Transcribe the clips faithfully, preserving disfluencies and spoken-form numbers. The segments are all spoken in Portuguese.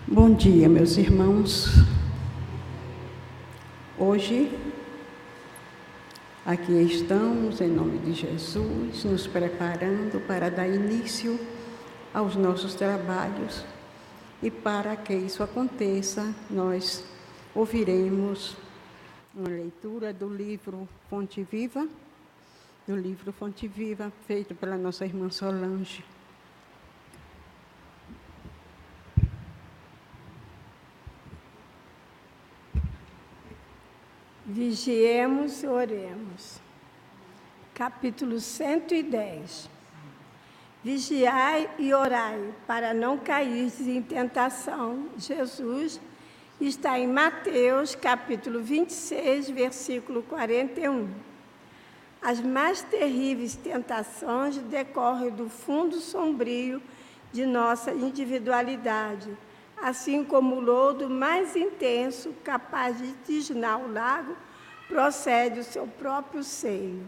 Bom dia, meus irmãos. Hoje, aqui estamos, em nome de Jesus, nos preparando para dar início aos nossos trabalhos. E para que isso aconteça, nós ouviremos uma leitura do livro Fonte Viva, do livro Fonte Viva, feito pela nossa irmã Solange. Vigiemos e oremos. Capítulo cento e dez. Vigiai e orai, para não cair em tentação. Jesus está em Mateus, capítulo vinte e seis, versículo quarenta e um. As mais terríveis tentações decorrem do fundo sombrio de nossa individualidade, assim como o lodo mais intenso, capaz de tisnar o lago, procede o seu próprio seio.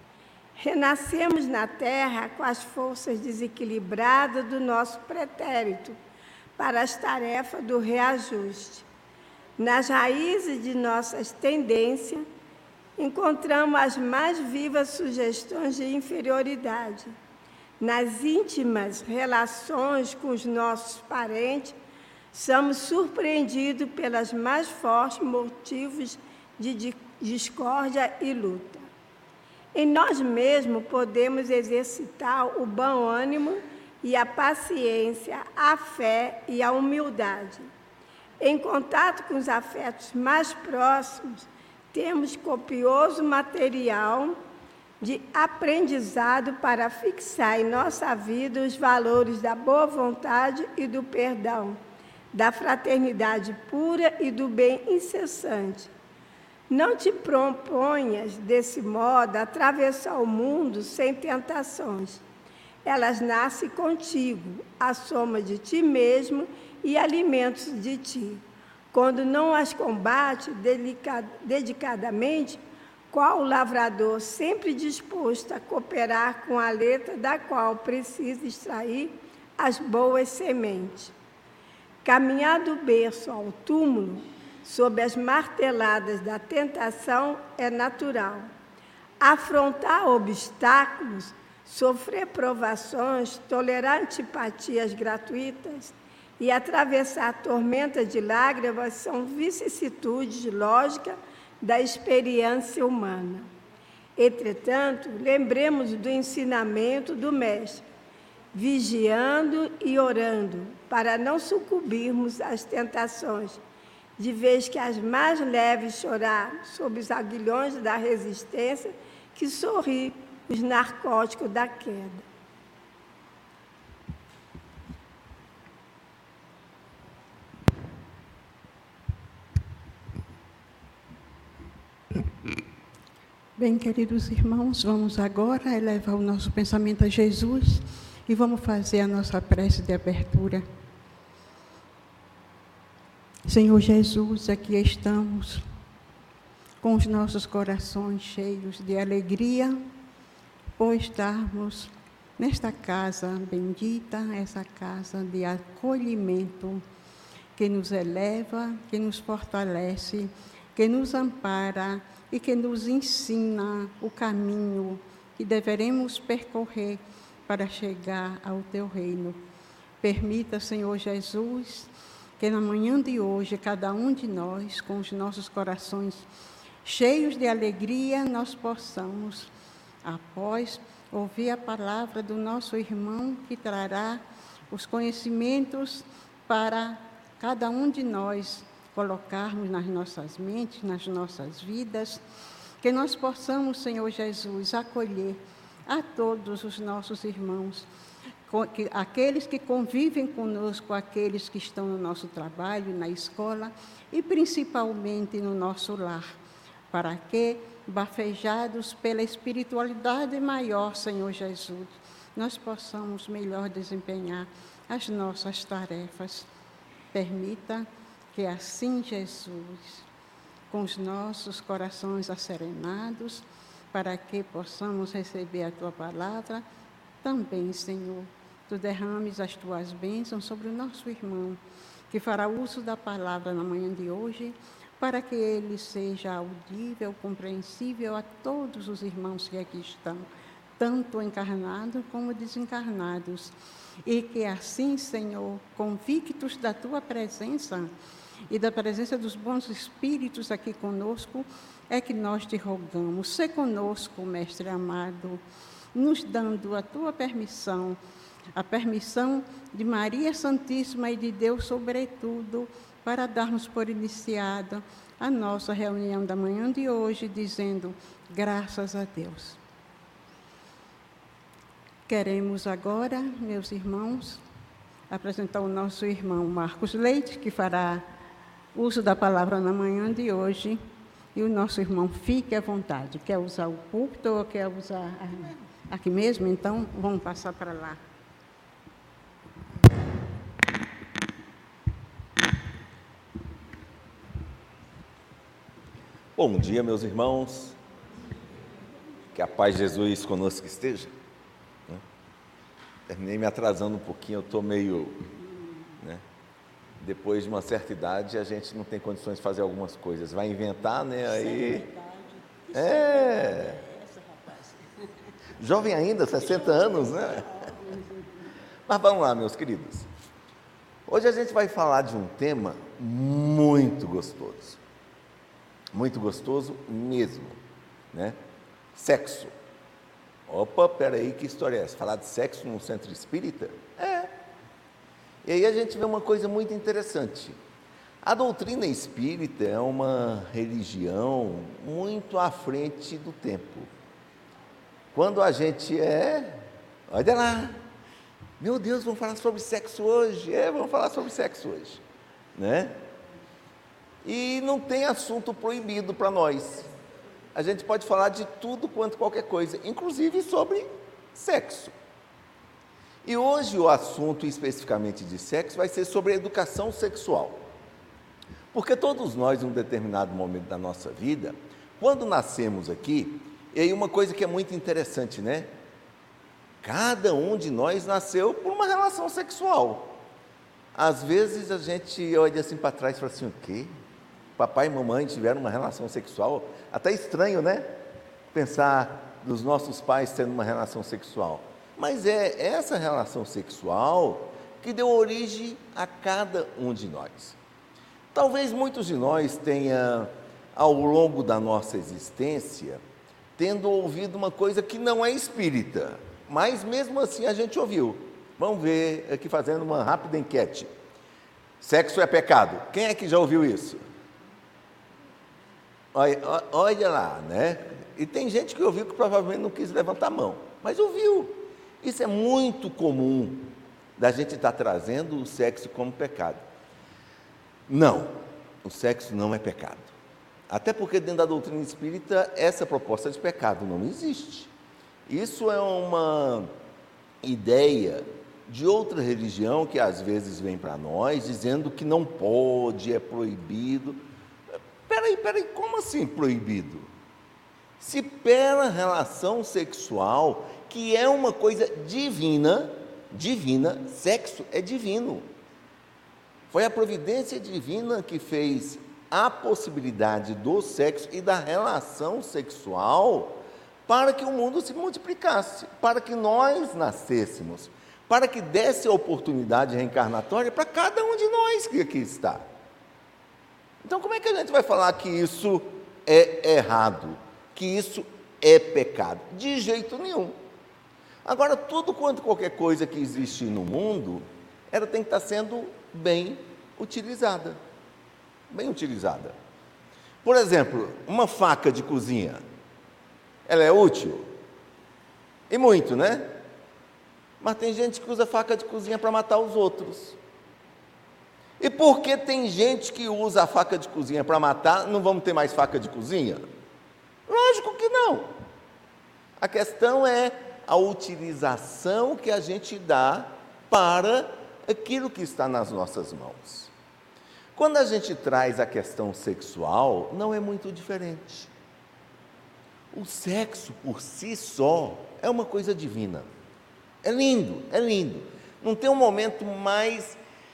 Renascemos na terra com as forças desequilibradas do nosso pretérito para as tarefas do reajuste. Nas raízes de nossas tendências, encontramos as mais vivas sugestões de inferioridade. Nas íntimas relações com os nossos parentes, somos surpreendidos pelos mais fortes motivos de discórdia e luta. Em nós mesmos podemos exercitar o bom ânimo e a paciência, a fé e a humildade. Em contato com os afetos mais próximos, temos copioso material de aprendizado para fixar em nossa vida os valores da boa vontade e do perdão, da fraternidade pura e do bem incessante. Não te proponhas, desse modo, atravessar o mundo sem tentações. Elas nascem contigo, a soma de ti mesmo e alimentos de ti. Quando não as combate dedicadamente, qual o lavrador sempre disposto a cooperar com a letra da qual precisa extrair as boas sementes. Caminhar do berço ao túmulo, sob as marteladas da tentação, é natural. Afrontar obstáculos, sofrer provações, tolerar antipatias gratuitas e atravessar tormentas de lágrimas são vicissitudes lógicas da experiência humana. Entretanto, lembremos do ensinamento do Mestre, vigiando e orando, para não sucumbirmos às tentações, de vez que as mais leves chorar sob os aguilhões da resistência, que sorri os narcóticos da queda. Bem, queridos irmãos, vamos agora elevar o nosso pensamento a Jesus e vamos fazer a nossa prece de abertura. Senhor Jesus, aqui estamos com os nossos corações cheios de alegria por estarmos nesta casa bendita, essa casa de acolhimento que nos eleva, que nos fortalece, que nos ampara e que nos ensina o caminho que deveremos percorrer para chegar ao Teu reino. Permita, Senhor Jesus, que na manhã de hoje, cada um de nós, com os nossos corações cheios de alegria, nós possamos, após ouvir a palavra do nosso irmão, que trará os conhecimentos para cada um de nós colocarmos nas nossas mentes, nas nossas vidas, que nós possamos, Senhor Jesus, acolher a todos os nossos irmãos, aqueles que convivem conosco, aqueles que estão no nosso trabalho, na escola e principalmente no nosso lar, para que, bafejados pela espiritualidade maior, Senhor Jesus, nós possamos melhor desempenhar as nossas tarefas. Permita que assim, Jesus, com os nossos corações acerenados, para que possamos receber a Tua palavra, também, Senhor, Tu derrames as Tuas bênçãos sobre o nosso irmão, que fará uso da palavra na manhã de hoje, para que ele seja audível, compreensível a todos os irmãos que aqui estão, tanto encarnados como desencarnados. E que assim, Senhor, convictos da Tua presença e da presença dos bons espíritos aqui conosco, é que nós te rogamos, sê conosco, Mestre amado, nos dando a Tua permissão, a permissão de Maria Santíssima e de Deus, sobretudo, para darmos por iniciada a nossa reunião da manhã de hoje, dizendo graças a Deus. Queremos agora, meus irmãos, apresentar o nosso irmão Marcos Leite, que fará uso da palavra na manhã de hoje, e o nosso irmão fique à vontade. Quer usar o púlpito ou quer usar aqui mesmo? Então, vamos passar para lá. Bom dia, meus irmãos. Que a paz de Jesus conosco esteja. Terminei me atrasando um pouquinho, eu estou meio... Né? Depois de uma certa idade, a gente não tem condições de fazer algumas coisas. Vai inventar, né? Aí... É... Jovem ainda, sessenta anos, né? Mas vamos lá, meus queridos. Hoje a gente vai falar de um tema muito gostoso. Muito gostoso mesmo, né? Sexo. Opa, peraí, que história é essa? Falar de sexo num centro espírita? É. E aí a gente vê uma coisa muito interessante. A doutrina espírita é uma religião muito à frente do tempo. Quando a gente é... Olha lá. Meu Deus, vamos falar sobre sexo hoje. É, vamos falar sobre sexo hoje. Né? E não tem assunto proibido para nós. A gente pode falar de tudo quanto qualquer coisa, inclusive sobre sexo. E hoje o assunto especificamente de sexo vai ser sobre educação sexual. Porque todos nós, em um determinado momento da nossa vida, quando nascemos aqui, e aí uma coisa que é muito interessante, né? Cada um de nós nasceu por uma relação sexual. Às vezes a gente olha assim para trás e fala assim, o quê? Papai e mamãe tiveram uma relação sexual? Até estranho, né? Pensar dos nossos pais tendo uma relação sexual. Mas é essa relação sexual que deu origem a cada um de nós. Talvez muitos de nós tenham, ao longo da nossa existência, tendo ouvido uma coisa que não é espírita, mas mesmo assim a gente ouviu. Vamos ver aqui fazendo uma rápida enquete. Sexo é pecado. Quem é que já ouviu isso? Olha, olha lá, né? E tem gente que ouviu que provavelmente não quis levantar a mão, mas ouviu. Isso é muito comum da gente estar trazendo o sexo como pecado. Não, o sexo não é pecado. Até porque dentro da doutrina espírita, essa proposta de pecado não existe. Isso é uma ideia de outra religião que às vezes vem para nós, dizendo que não pode, é proibido. Peraí, peraí, como assim proibido? Se pela relação sexual, que é uma coisa divina, divina, sexo é divino. Foi a providência divina que fez a possibilidade do sexo e da relação sexual para que o mundo se multiplicasse, para que nós nascêssemos, para que desse a oportunidade reencarnatória para cada um de nós que aqui está. Então, como é que a gente vai falar que isso é errado, que isso é pecado? De jeito nenhum. Agora, tudo quanto qualquer coisa que existe no mundo, ela tem que estar sendo bem utilizada. Bem utilizada. Por exemplo, uma faca de cozinha, ela é útil? E muito, né? Mas tem gente que usa faca de cozinha para matar os outros. E por que tem gente que usa a faca de cozinha para matar, não vamos ter mais faca de cozinha? Lógico que não. A questão é a utilização que a gente dá para aquilo que está nas nossas mãos. Quando a gente traz a questão sexual, não é muito diferente. O sexo por si só é uma coisa divina. É lindo, é lindo. Não tem um momento mais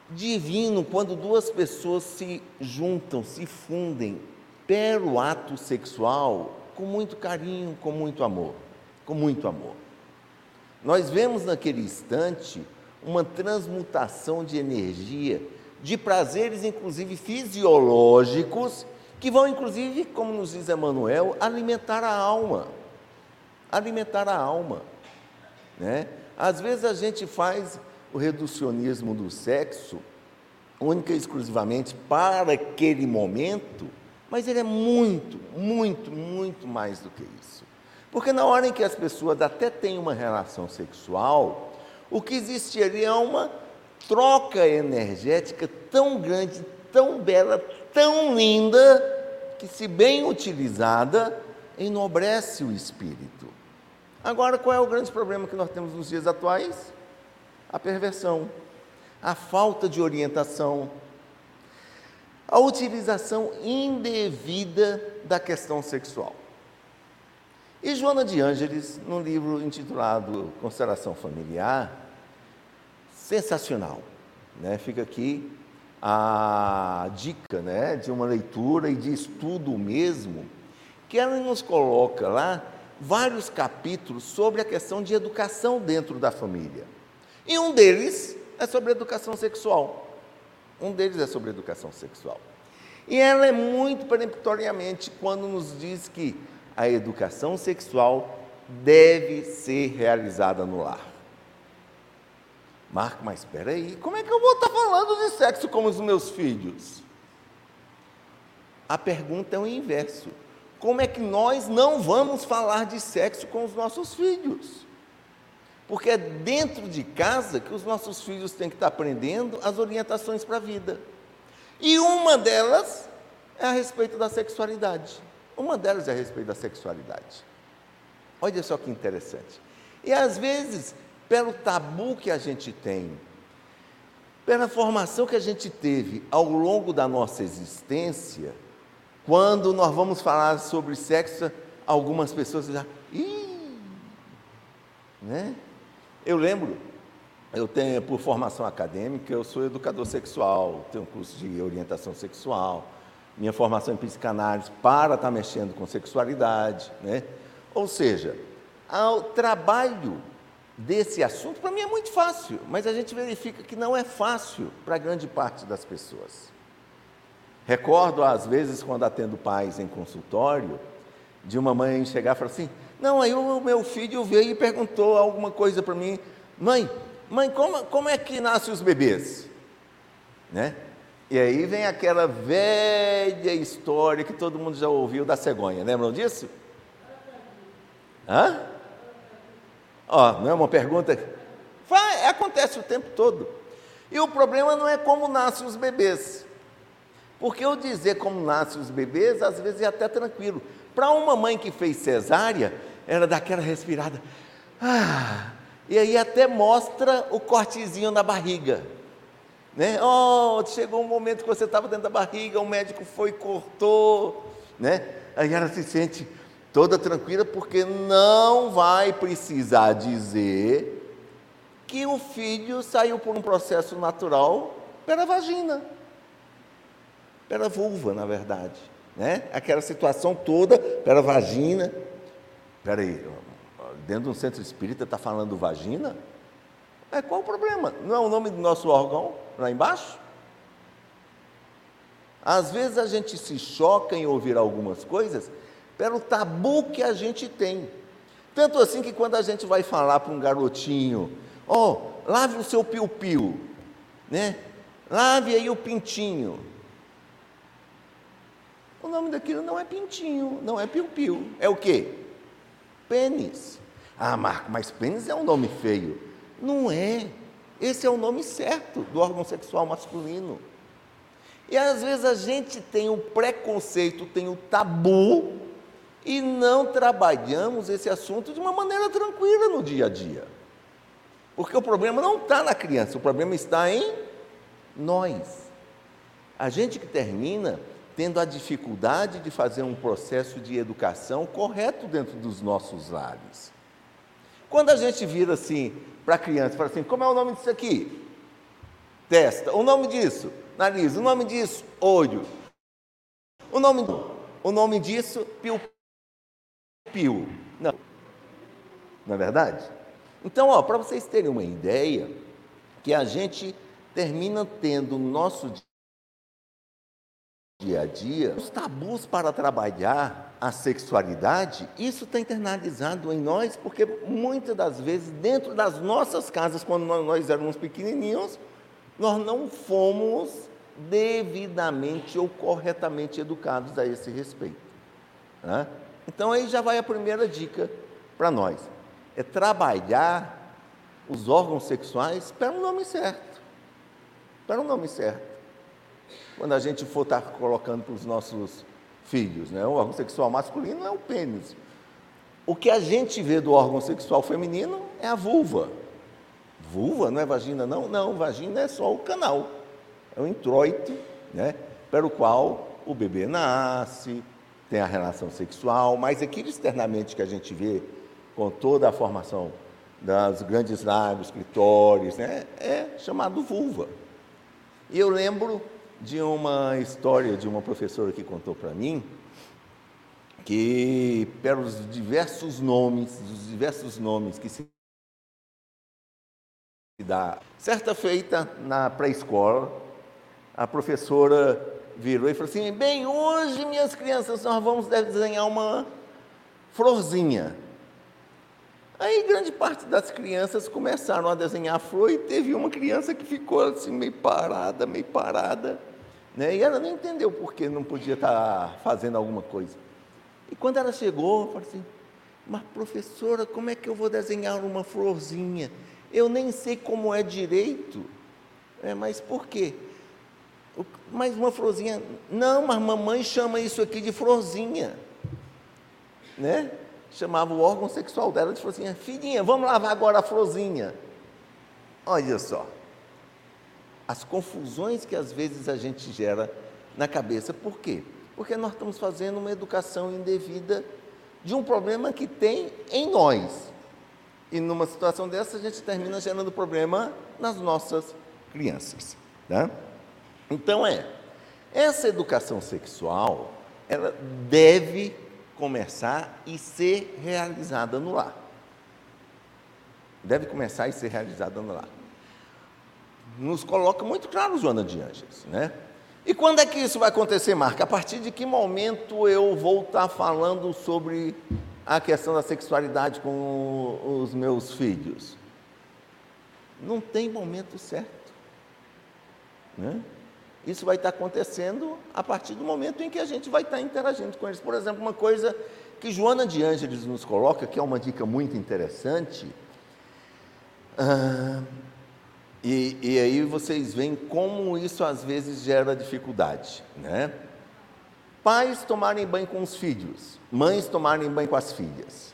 divino quando duas pessoas se juntam, se fundem pelo ato sexual com muito carinho, com muito amor, com muito amor. Nós vemos naquele instante uma transmutação de energia, de prazeres inclusive fisiológicos, que vão inclusive, como nos diz Emmanuel, alimentar a alma, alimentar a alma, né? Às vezes a gente faz o reducionismo do sexo, única e exclusivamente para aquele momento, mas ele é muito, muito, muito mais do que isso. Porque na hora em que as pessoas até têm uma relação sexual, o que existe ali é uma troca energética tão grande, tão bela, tão linda, que, se bem utilizada, enobrece o espírito. Agora, qual é o grande problema que nós temos nos dias atuais? A perversão, a falta de orientação, a utilização indevida da questão sexual. E Joana de Ângeles, num livro intitulado Constelação Familiar, sensacional, né? Fica aqui a dica, né, de uma leitura e de estudo mesmo, que ela nos coloca lá vários capítulos sobre a questão de educação dentro da família. E um deles é sobre educação sexual. Um deles é sobre educação sexual. E ela é muito peremptoriamente quando nos diz que a educação sexual deve ser realizada no lar. Marco, mas espera aí, como é que eu vou estar falando de sexo com os meus filhos? A pergunta é o inverso. Como é que nós não vamos falar de sexo com os nossos filhos? Porque é dentro de casa que os nossos filhos têm que estar aprendendo as orientações para a vida. E uma delas é a respeito da sexualidade. Uma delas é a respeito da sexualidade. Olha só que interessante. E às vezes, pelo tabu que a gente tem, pela formação que a gente teve ao longo da nossa existência, quando nós vamos falar sobre sexo, algumas pessoas já, ih, né? Eu lembro, eu tenho, por formação acadêmica, eu sou educador sexual, tenho um curso de orientação sexual, minha formação em psicanálise para estar mexendo com sexualidade, né? Ou seja, o trabalho desse assunto, para mim é muito fácil, mas a gente verifica que não é fácil para grande parte das pessoas. Recordo, às vezes, quando atendo pais em consultório, de uma mãe chegar e falar assim, não, aí o meu filho veio e perguntou alguma coisa para mim, mãe, mãe, como, como é que nascem os bebês? Né? E aí vem aquela velha história que todo mundo já ouviu da cegonha, lembram disso? Hã? Ó, não é uma pergunta? Vai, acontece o tempo todo. E o problema não é como nascem os bebês. Porque eu dizer como nascem os bebês, às vezes é até tranquilo. Para uma mãe que fez cesárea, ela dá aquela respirada. Ah, e aí até mostra o cortezinho na barriga. Né? Oh, chegou um momento que você estava dentro da barriga, o médico foi e cortou. Né? Aí ela se sente toda tranquila, porque não vai precisar dizer que o filho saiu por um processo natural pela vagina, pela vulva, na verdade, né? Aquela situação toda pela vagina. Espera aí, dentro de um centro espírita está falando vagina? É, qual o problema? Não é o nome do nosso órgão lá embaixo? Às vezes a gente se choca em ouvir algumas coisas pelo tabu que a gente tem. Tanto assim que quando a gente vai falar para um garotinho, ó, oh, lave o seu piu-piu, né? Lave aí o pintinho. O nome daquilo não é pintinho, não é piu-piu. É o quê? Pênis. Ah, Marco, mas pênis é um nome feio. Não é. Esse é o nome certo do órgão sexual masculino. E às vezes a gente tem o preconceito, tem o tabu, e não trabalhamos esse assunto de uma maneira tranquila no dia a dia. Porque o problema não está na criança, o problema está em nós. A gente que termina tendo a dificuldade de fazer um processo de educação correto dentro dos nossos lares. Quando a gente vira assim para a criança e fala assim, como é o nome disso aqui? testa. O nome disso, nariz. O nome disso, olho. O nome, o nome disso, piu-piu. Não. Não é verdade? Então, ó, para vocês terem uma ideia, que a gente termina tendo no nosso dia a dia os tabus para trabalhar a sexualidade. Isso está internalizado em nós, porque muitas das vezes, dentro das nossas casas, quando nós éramos pequenininhos, nós não fomos devidamente ou corretamente educados a esse respeito, né? Então, aí já vai a primeira dica para nós. É trabalhar os órgãos sexuais pelo nome certo. Pelo nome certo. Quando a gente for estar colocando para os nossos filhos, né? O órgão sexual masculino é o pênis. O que a gente vê do órgão sexual feminino é a vulva. Vulva não é vagina, não? Não, vagina é só o canal. É o introito, né? Pelo qual o bebê nasce, tem a relação sexual, mas aquilo externamente que a gente vê com toda a formação das grandes lábios, clitóris, né? É chamado vulva. E eu lembro de uma história de uma professora que contou para mim que, pelos diversos nomes, os diversos nomes que se dá, certa feita na pré-escola, a professora virou e falou assim: bem, hoje, minhas crianças, nós vamos desenhar uma florzinha. Aí grande parte das crianças começaram a desenhar a flor e teve uma criança que ficou assim meio parada, meio parada, né? E ela não entendeu por que não podia estar fazendo alguma coisa. E quando ela chegou, falou assim: mas professora, como é que eu vou desenhar uma florzinha? Eu nem sei como é direito. É, mas por quê? Mas uma florzinha? Não, mas mamãe chama isso aqui de florzinha, né? Chamava o órgão sexual dela de florzinha. Filhinha, vamos lavar agora a florzinha. Olha só, as confusões que às vezes a gente gera na cabeça. Por quê? Porque nós estamos fazendo uma educação indevida de um problema que tem em nós. E numa situação dessa, a gente termina gerando problema nas nossas crianças, né? Então, é, essa educação sexual, ela deve começar e ser realizada no lar. Deve começar e ser realizada no lar. Nos coloca muito claro Joana de Ângeles, né? E quando é que isso vai acontecer, Marca? A partir de que momento eu vou estar falando sobre a questão da sexualidade com os meus filhos? Não tem momento certo, né? Isso vai estar acontecendo a partir do momento em que a gente vai estar interagindo com eles. Por exemplo, uma coisa que Joana de Ângeles nos coloca, que é uma dica muito interessante, ah, e, e aí vocês veem como isso às vezes gera dificuldade, né? Pais tomarem banho com os filhos, mães tomarem banho com as filhas.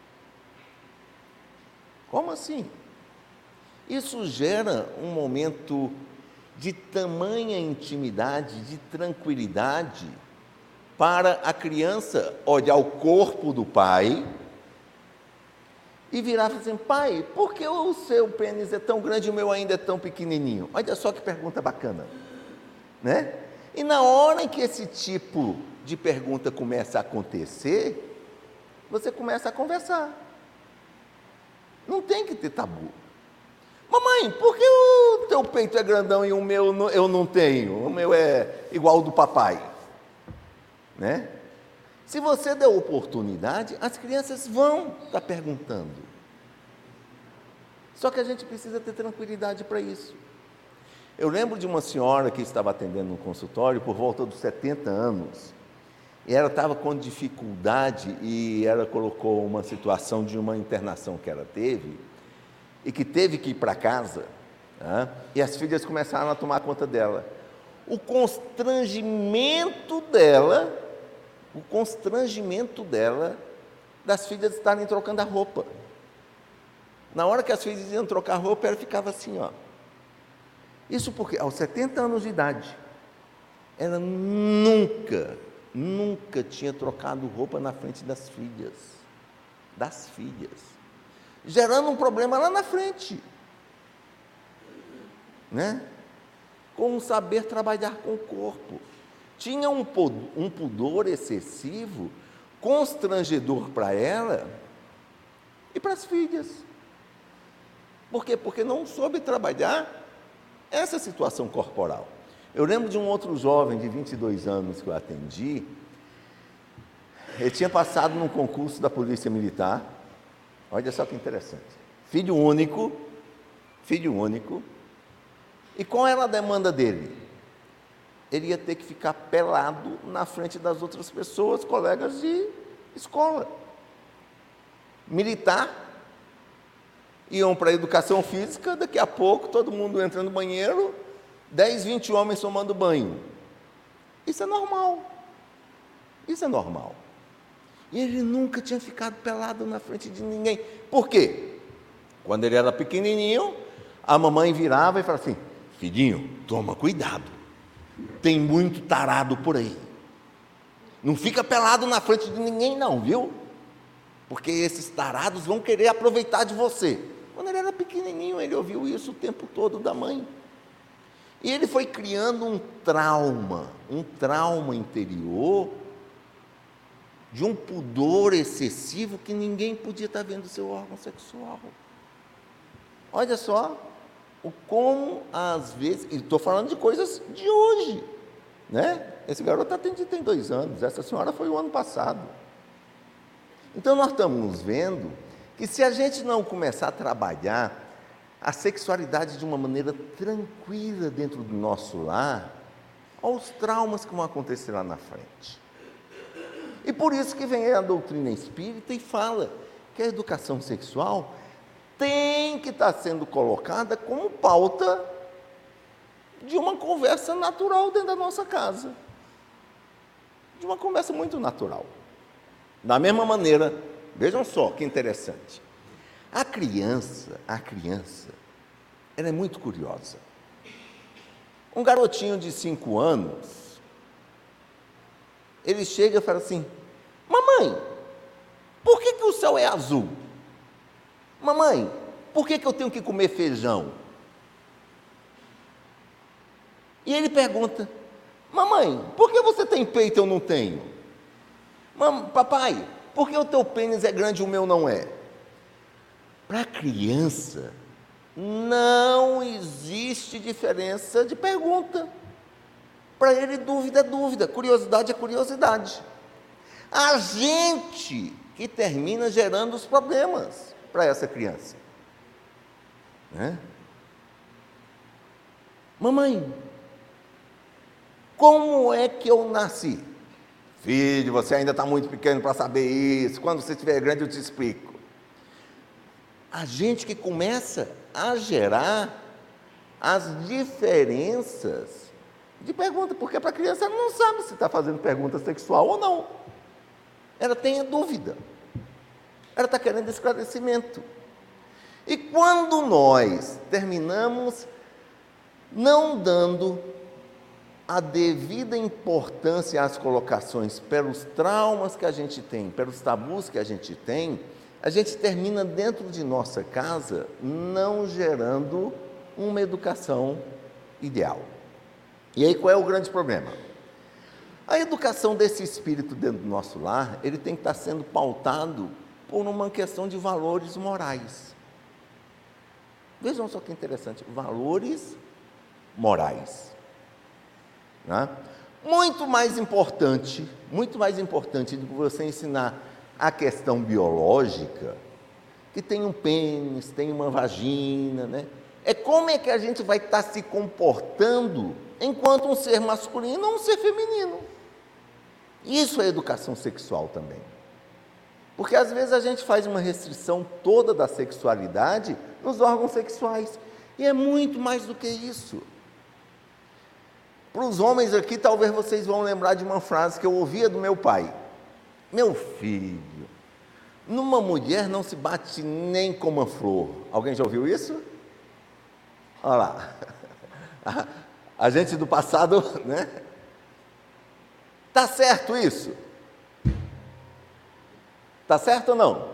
Como assim? Isso gera um momento de tamanha intimidade, de tranquilidade, para a criança olhar o corpo do pai e virar e falar assim: pai, por que o seu pênis é tão grande e o meu ainda é tão pequenininho? Olha só que pergunta bacana, né? E na hora em que esse tipo de pergunta começa a acontecer, você começa a conversar. Não tem que ter tabu. Mamãe, por que o teu peito é grandão e o meu eu não tenho? O meu é igual ao do papai, né? Se você der oportunidade, as crianças vão estar perguntando. Só que a gente precisa ter tranquilidade para isso. Eu lembro de uma senhora que estava atendendo no consultório por volta dos setenta anos, e ela estava com dificuldade, e ela colocou uma situação de uma internação que ela teve, e que teve que ir para casa, né? E as filhas começaram a tomar conta dela. O constrangimento dela, o constrangimento dela, das filhas estarem trocando a roupa. Na hora que as filhas iam trocar a roupa, ela ficava assim, ó. Isso porque, aos setenta anos de idade, ela nunca, nunca tinha trocado roupa na frente das filhas. Das filhas. Gerando um problema lá na frente, né? como saber trabalhar com o corpo. Tinha um pudor excessivo, constrangedor para ela e para as filhas. Por quê? Porque não soube trabalhar essa situação corporal. Eu lembro de um outro jovem de vinte e dois anos que eu atendi. Ele tinha passado num concurso da Polícia Militar. Olha só que interessante. Filho único, filho único. E qual era a demanda dele? Ele ia ter que ficar pelado na frente das outras pessoas, colegas de escola. Militar, iam para a educação física, daqui a pouco todo mundo entra no banheiro, dez, vinte homens tomando banho. Isso é normal. Isso é normal. E ele nunca tinha ficado pelado na frente de ninguém. Por quê? Quando ele era pequenininho, a mamãe virava e falava assim: filhinho, toma cuidado. Tem muito tarado por aí. Não fica pelado na frente de ninguém não, viu? Porque esses tarados vão querer aproveitar de você. Quando ele era pequenininho, ele ouviu isso o tempo todo da mãe. E ele foi criando um trauma, um trauma interior, de um pudor excessivo que ninguém podia estar vendo o seu órgão sexual. Olha só, o como às vezes, e estou falando de coisas de hoje, né? Esse garoto atendi tem dois anos, essa senhora foi o ano passado. Então nós estamos vendo que se a gente não começar a trabalhar a sexualidade de uma maneira tranquila dentro do nosso lar, olha os traumas que vão acontecer lá na frente. E por isso que vem a doutrina espírita e fala que a educação sexual tem que estar sendo colocada como pauta de uma conversa natural dentro da nossa casa. De uma conversa muito natural. Da mesma maneira, vejam só que interessante. A criança, a criança, ela é muito curiosa. Um garotinho de cinco anos, ele chega e fala assim: mamãe, por que que o céu é azul? Mamãe, por que que eu tenho que comer feijão? E ele pergunta: mamãe, por que você tem peito e eu não tenho? Mam, papai, por que o teu pênis é grande e o meu não é? Para a criança, não existe diferença de pergunta. Para ele, dúvida é dúvida, curiosidade é curiosidade. A gente que termina gerando os problemas para essa criança. Né? Mamãe, como é que eu nasci? Filho, você ainda está muito pequeno para saber isso. Quando você estiver grande, eu te explico. A gente que começa a gerar as diferenças de pergunta, porque para a criança ela não sabe se está fazendo pergunta sexual ou não. Ela tem a dúvida. Ela está querendo esclarecimento. E quando nós terminamos não dando a devida importância às colocações pelos traumas que a gente tem, pelos tabus que a gente tem, a gente termina dentro de nossa casa não gerando uma educação ideal. E aí qual é o grande problema? A educação desse espírito dentro do nosso lar, ele tem que estar sendo pautado por uma questão de valores morais. Vejam só que interessante, valores morais. Né? Muito mais importante, muito mais importante do que você ensinar a questão biológica, que tem um pênis, tem uma vagina, né? É como é que a gente vai estar se comportando enquanto um ser masculino ou um ser feminino. Isso é educação sexual também. Porque às vezes a gente faz uma restrição toda da sexualidade nos órgãos sexuais. E é muito mais do que isso. Para os homens aqui, talvez vocês vão lembrar de uma frase que eu ouvia do meu pai. Meu filho, numa mulher não se bate nem com uma flor. Alguém já ouviu isso? Olha lá. A, a gente do passado, né? Está certo isso? Está certo ou não?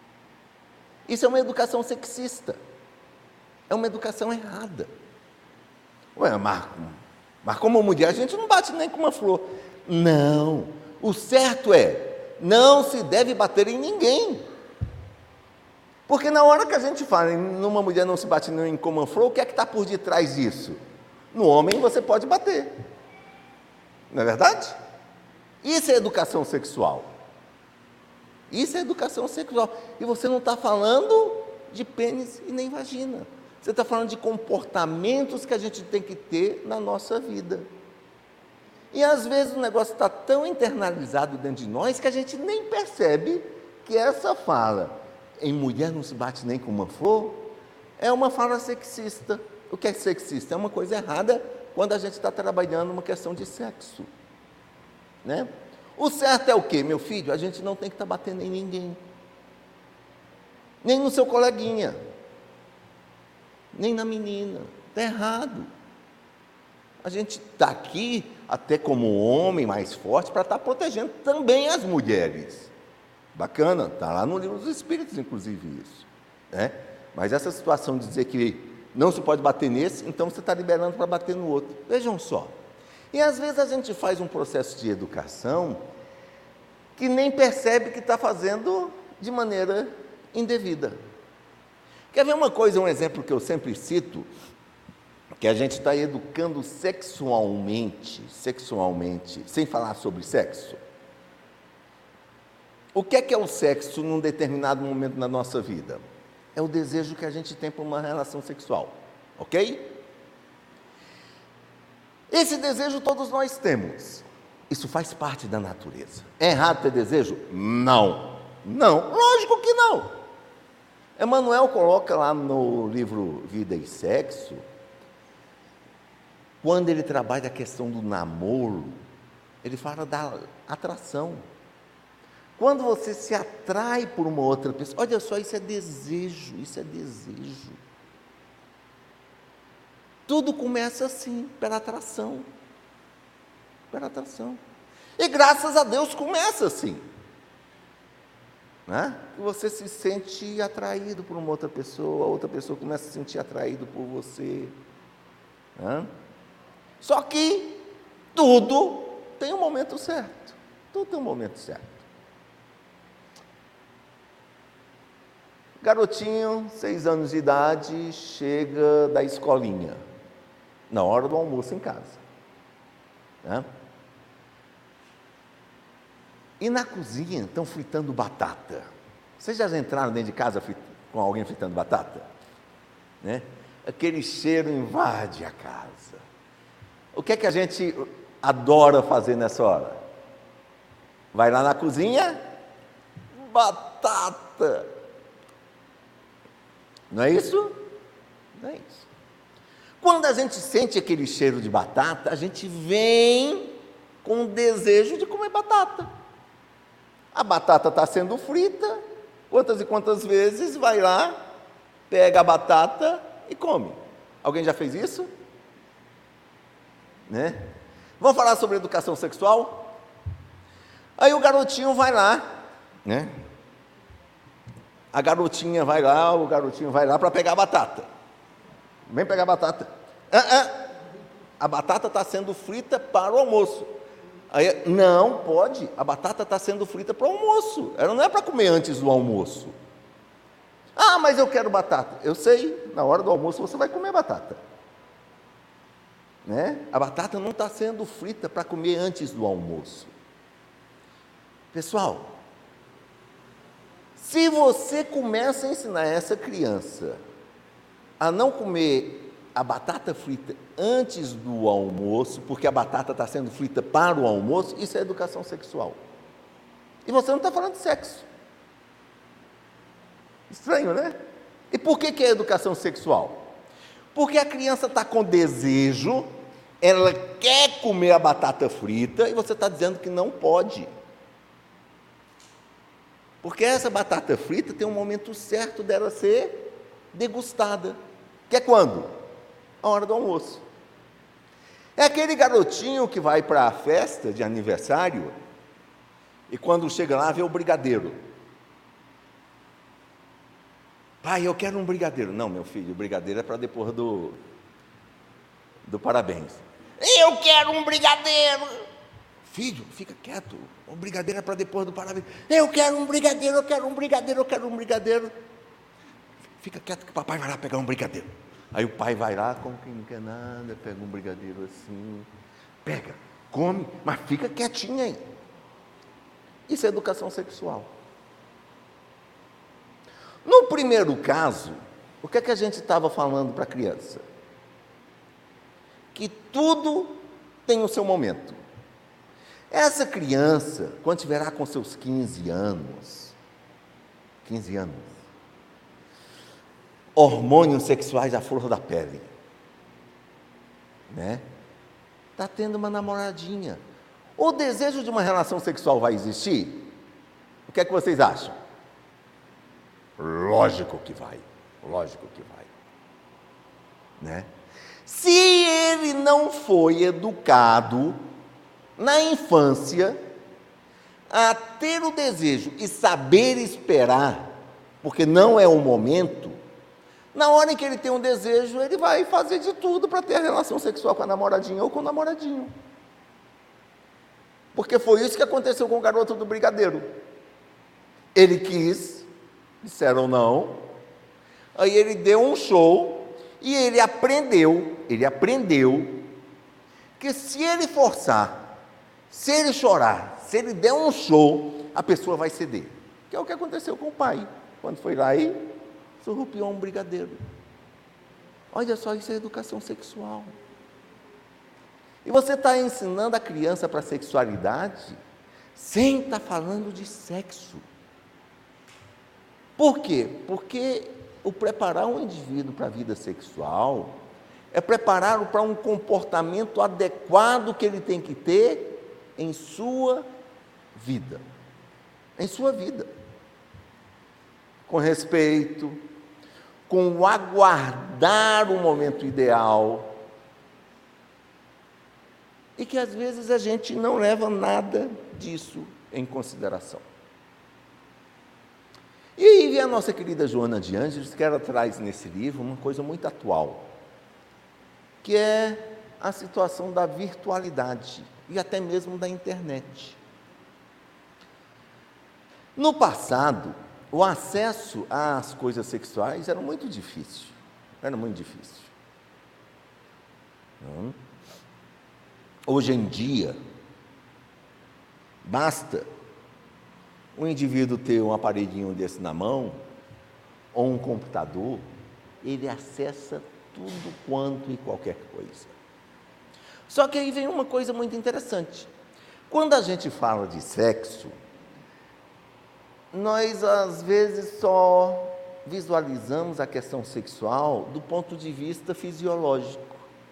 Isso é uma educação sexista. É uma educação errada. Ué, Marco, mas como mulher a gente não bate nem com uma flor. Não, o certo é, não se deve bater em ninguém. Porque na hora que a gente fala numa mulher não se bate nem com uma flor, o que é que está por detrás disso? No homem você pode bater. Não é verdade? Isso é educação sexual. Isso é educação sexual. E você não está falando de pênis e nem vagina. Você está falando de comportamentos que a gente tem que ter na nossa vida. E às vezes o negócio está tão internalizado dentro de nós que a gente nem percebe que essa fala, em mulher não se bate nem com uma flor, é uma fala sexista. O que é sexista? É uma coisa errada quando a gente está trabalhando uma questão de sexo. Né? O certo é o quê, meu filho? A gente não tem que estar batendo em ninguém. Nem no seu coleguinha. Nem na menina. Está errado. A gente está aqui, até como homem mais forte, para estar protegendo também as mulheres. Bacana, está lá no Livro dos Espíritos, inclusive, isso. Né? Mas essa situação de dizer que não se pode bater nesse, então você está liberando para bater no outro. Vejam só. E às vezes a gente faz um processo de educação que nem percebe que está fazendo de maneira indevida. Quer ver uma coisa, um exemplo que eu sempre cito, que a gente está educando sexualmente, sexualmente, sem falar sobre sexo. O que é que é o sexo num determinado momento na nossa vida? É o desejo que a gente tem por uma relação sexual, ok? Esse desejo todos nós temos. Isso faz parte da natureza. É errado ter desejo? Não. Não, lógico que não. Emmanuel coloca lá no livro Vida e Sexo, quando ele trabalha a questão do namoro, ele fala da atração. Quando você se atrai por uma outra pessoa, olha só, isso é desejo, isso é desejo. Tudo começa assim, pela atração. Pela atração. E graças a Deus começa assim. Né? Que você se sente atraído por uma outra pessoa, a outra pessoa começa a se sentir atraído por você. Né? Só que tudo tem um momento certo. Tudo tem um momento certo. Garotinho, seis anos de idade, chega da escolinha, na hora do almoço em casa. Né? E na cozinha estão fritando batata. Vocês já entraram dentro de casa com alguém fritando batata? Né? Aquele cheiro invade a casa. O que é que a gente adora fazer nessa hora? Vai lá na cozinha, batata. Não é isso? Não é isso. Quando a gente sente aquele cheiro de batata, a gente vem com o desejo de comer batata. A batata está sendo frita, quantas e quantas vezes vai lá, pega a batata e come. Alguém já fez isso? Né? Vamos falar sobre educação sexual? Aí o garotinho vai lá, né? A garotinha vai lá, o garotinho vai lá para pegar a batata. Vem pegar a batata. Ah, ah, a batata está sendo frita para o almoço. Aí, não, pode, a batata está sendo frita para o almoço. Ela não é para comer antes do almoço. Ah, mas eu quero batata. Eu sei, na hora do almoço você vai comer batata. Né? A batata não está sendo frita para comer antes do almoço. Pessoal, se você começa a ensinar essa criança a não comer a batata frita antes do almoço, porque a batata está sendo frita para o almoço, isso é educação sexual. E você não está falando de sexo. Estranho, né? E por que que é educação sexual? Porque a criança está com desejo, ela quer comer a batata frita, e você está dizendo que não pode. Porque essa batata frita tem um momento certo dela ser degustada. Que é quando? A hora do almoço. É aquele garotinho que vai para a festa de aniversário e quando chega lá vê o brigadeiro. Pai, eu quero um brigadeiro. Não, meu filho, o brigadeiro é para depois do, do parabéns. Eu quero um brigadeiro. Filho, fica quieto. O brigadeiro é para depois do parabéns. Eu quero um brigadeiro, eu quero um brigadeiro, eu quero um brigadeiro. Fica quieto que o papai vai lá pegar um brigadeiro. Aí o pai vai lá, como quem não quer nada, pega um brigadeiro assim. Pega, come, mas fica quietinho aí. Isso é educação sexual. No primeiro caso, o que é que a gente estava falando para a criança? Que tudo tem o seu momento. Essa criança, quando estiverá com seus quinze anos, quinze anos, hormônios sexuais à flor da pele, né? Está tendo uma namoradinha. O desejo de uma relação sexual vai existir? O que é que vocês acham? Lógico que vai, lógico que vai, né? Se ele não foi educado na infância a ter o desejo e saber esperar, porque não é o momento, na hora em que ele tem um desejo, ele vai fazer de tudo para ter a relação sexual com a namoradinha ou com o namoradinho. Porque foi isso que aconteceu com o garoto do brigadeiro. Ele quis, disseram não, aí ele deu um show e ele aprendeu, ele aprendeu que se ele forçar, se ele chorar, se ele der um show, a pessoa vai ceder. Que é o que aconteceu com o pai, quando foi lá e surrupiou um brigadeiro. Olha só, isso é educação sexual. E você está ensinando a criança para a sexualidade sem estar falando de sexo. Por quê? Porque o preparar um indivíduo para a vida sexual é prepará-lo para um comportamento adequado que ele tem que ter em sua vida. Em sua vida. Com respeito, com o aguardar o momento ideal. E que às vezes a gente não leva nada disso em consideração. E aí vem a nossa querida Joana de Ângeles, que ela traz nesse livro uma coisa muito atual, que é a situação da virtualidade e até mesmo da internet. No passado, o acesso às coisas sexuais era muito difícil, era muito difícil. Hum. Hoje em dia, basta o indivíduo ter um aparelhinho desse na mão, ou um computador, ele acessa tudo quanto e qualquer coisa. Só que aí vem uma coisa muito interessante. Quando a gente fala de sexo, nós às vezes só visualizamos a questão sexual do ponto de vista fisiológico.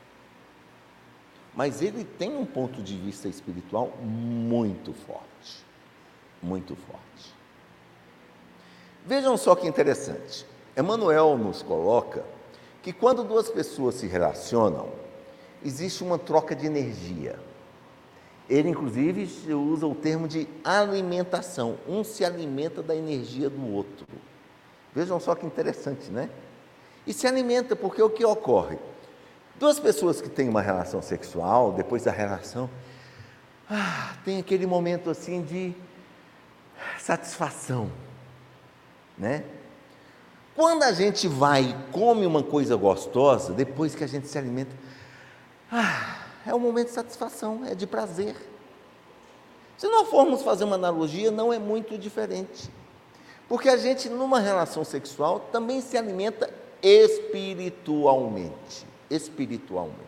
Mas ele tem um ponto de vista espiritual muito forte, muito forte. Vejam só que interessante. Emmanuel nos coloca que quando duas pessoas se relacionam, existe uma troca de energia. Ele, inclusive, usa o termo de alimentação. Um se alimenta da energia do outro. Vejam só que interessante, né? E se alimenta porque o que ocorre? Duas pessoas que têm uma relação sexual, depois da relação, ah, tem aquele momento assim de satisfação, né? Quando a gente vai e come uma coisa gostosa, depois que a gente se alimenta, ah, é um momento de satisfação, é de prazer. Se nós formos fazer uma analogia, não é muito diferente. Porque a gente, numa relação sexual, também se alimenta espiritualmente. Espiritualmente.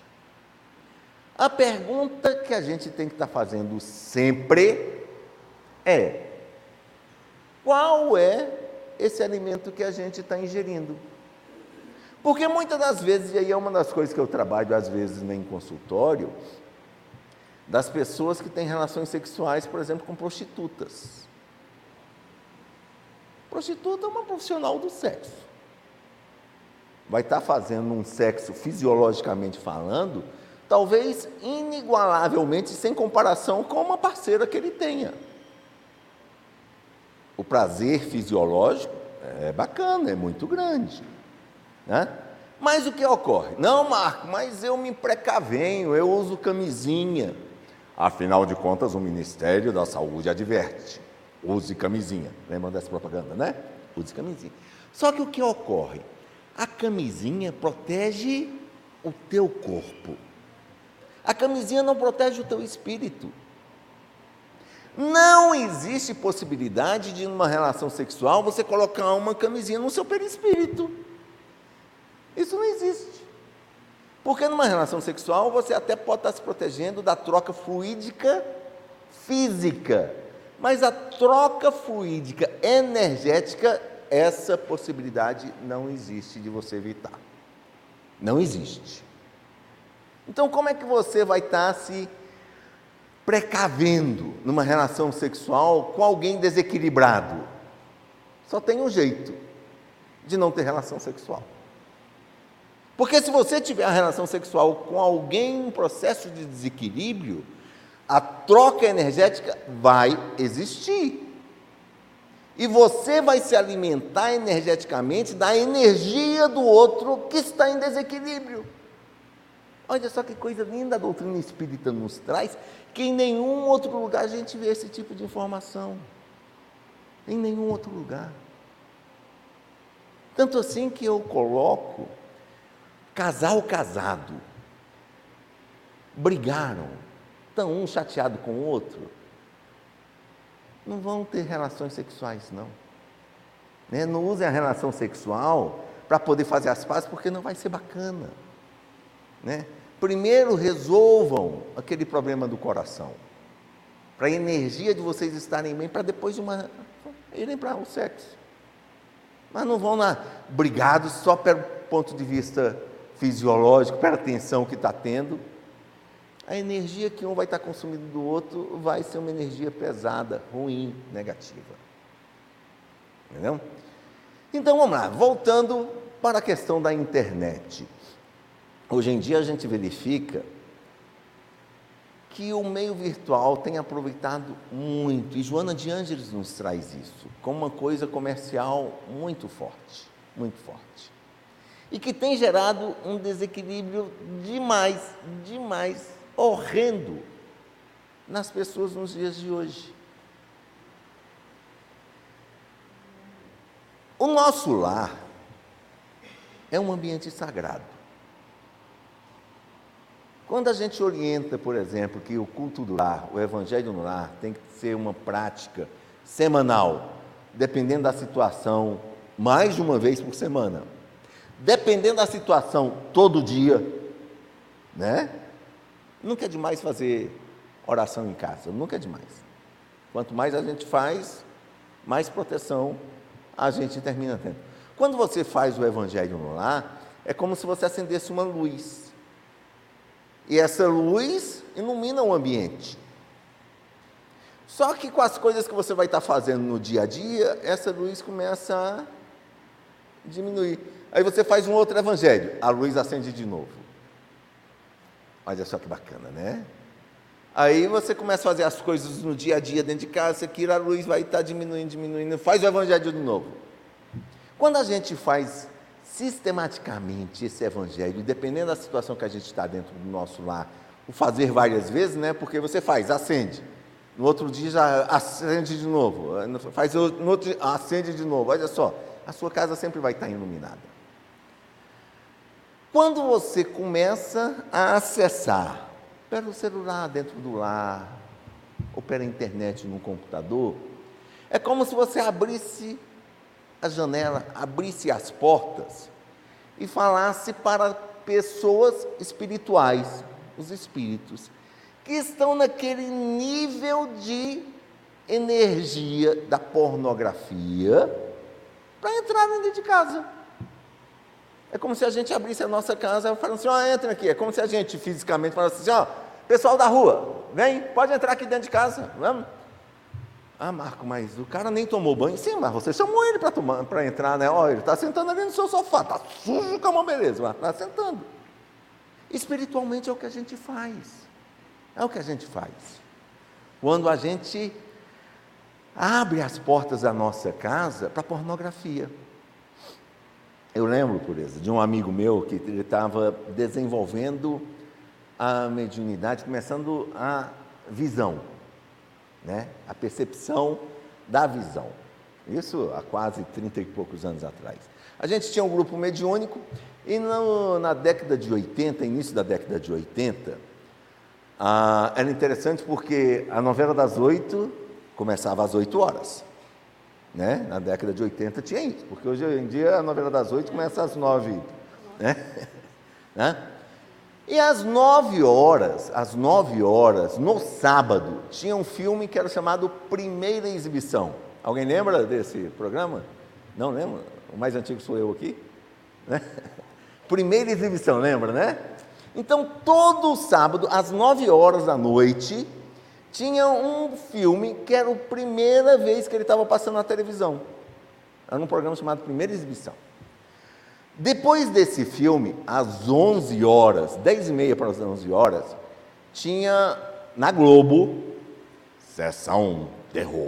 A pergunta que a gente tem que estar fazendo sempre é: qual é esse alimento que a gente está ingerindo? Porque muitas das vezes, e aí é uma das coisas que eu trabalho às vezes em consultório, das pessoas que têm relações sexuais, por exemplo, com prostitutas. Prostituta é uma profissional do sexo. Vai estar fazendo um sexo fisiologicamente falando, talvez inigualavelmente, sem comparação com uma parceira que ele tenha. O prazer fisiológico é bacana, é muito grande, né? Mas o que ocorre? Não, Marco, mas eu me precavenho, eu uso camisinha. Afinal de contas, o Ministério da Saúde adverte. Use camisinha. Lembram dessa propaganda, né? Use camisinha. Só que o que ocorre? A camisinha protege o teu corpo. A camisinha não protege o teu espírito. Não existe possibilidade de, numa relação sexual, você colocar uma camisinha no seu perispírito. Isso não existe. Porque numa relação sexual, você até pode estar se protegendo da troca fluídica física. Mas a troca fluídica energética, essa possibilidade não existe de você evitar. Não existe. Então, como é que você vai estar se precavendo numa relação sexual com alguém desequilibrado? Só tem um jeito de não ter relação sexual. Porque se você tiver a relação sexual com alguém em processo de desequilíbrio, a troca energética vai existir. E você vai se alimentar energeticamente da energia do outro que está em desequilíbrio. Olha só que coisa linda a doutrina espírita nos traz, que em nenhum outro lugar a gente vê esse tipo de informação. Em nenhum outro lugar. Tanto assim que eu coloco casal casado. Brigaram, estão um chateado com o outro. Não vão ter relações sexuais, não. Né? Não usem a relação sexual para poder fazer as pazes, porque não vai ser bacana. Né? Primeiro resolvam aquele problema do coração, para a energia de vocês estarem bem, para depois de uma, irem para o sexo. Mas não vão lá brigados só pelo ponto de vista fisiológico, pela tensão que está tendo. A energia que um vai estar consumindo do outro vai ser uma energia pesada, ruim, negativa. Entendeu? Então vamos lá, voltando para a questão da internet. Hoje em dia a gente verifica que o meio virtual tem aproveitado muito, e Joana de Ângeles nos traz isso, como uma coisa comercial muito forte, muito forte. E que tem gerado um desequilíbrio demais, demais, horrendo nas pessoas nos dias de hoje. O nosso lar é um ambiente sagrado. Quando a gente orienta, por exemplo, que o culto do lar, o evangelho no lar, tem que ser uma prática semanal, dependendo da situação, mais de uma vez por semana, dependendo da situação, todo dia, né? Nunca é demais fazer oração em casa, nunca é demais. Quanto mais a gente faz, mais proteção a gente termina tendo. Quando você faz o evangelho no lar, é como se você acendesse uma luz. E essa luz ilumina o ambiente. Só que com as coisas que você vai estar fazendo no dia a dia, essa luz começa a diminuir. Aí você faz um outro evangelho, a luz acende de novo. Olha só que bacana, né? Aí você começa a fazer as coisas no dia a dia dentro de casa, aqui a luz vai estar diminuindo, diminuindo, faz o evangelho de novo. Quando a gente faz sistematicamente esse evangelho, dependendo da situação que a gente está dentro do nosso lar, o fazer várias vezes, né? Porque você faz, acende, no outro dia já acende de novo, faz no outro dia, acende de novo, olha só, a sua casa sempre vai estar iluminada. Quando você começa a acessar pelo celular dentro do lar, ou pela internet no computador, é como se você abrisse a janela, abrisse as portas e falasse para pessoas espirituais, os espíritos, que estão naquele nível de energia da pornografia, para entrarem dentro de casa. É como se a gente abrisse a nossa casa e falasse assim, ó, entra aqui. É como se a gente fisicamente falasse assim, ó, pessoal da rua, vem, pode entrar aqui dentro de casa, vamos. Ah, Marco, mas o cara nem tomou banho. Sim, mas você chamou ele para tomar, para entrar, né? Ó, ele está sentando ali no seu sofá, está sujo com uma beleza, mas está sentando. Espiritualmente é o que a gente faz. É o que a gente faz. Quando a gente abre as portas da nossa casa para pornografia. Eu lembro, por exemplo, de um amigo meu que ele estava desenvolvendo a mediunidade, começando a visão, né? A percepção da visão. Isso há quase trinta e poucos anos atrás. A gente tinha um grupo mediúnico e no, na década de oitenta, início da década de oitenta, ah, era interessante porque a novela das oito começava às oito horas. Né? Na década de oitenta tinha isso, porque hoje em dia a novela das oito começa às nove. Né? Né? E às nove horas, às nove horas, no sábado, tinha um filme que era chamado Primeira Exibição. Alguém lembra desse programa? Não lembra? O mais antigo sou eu aqui. Né? Primeira Exibição, lembra, né? Então, todo sábado, às nove horas da noite, tinha um filme que era a primeira vez que ele estava passando na televisão. Era um programa chamado Primeira Exibição. Depois desse filme, às onze horas, dez e meia para as onze horas, tinha na Globo, Sessão Terror.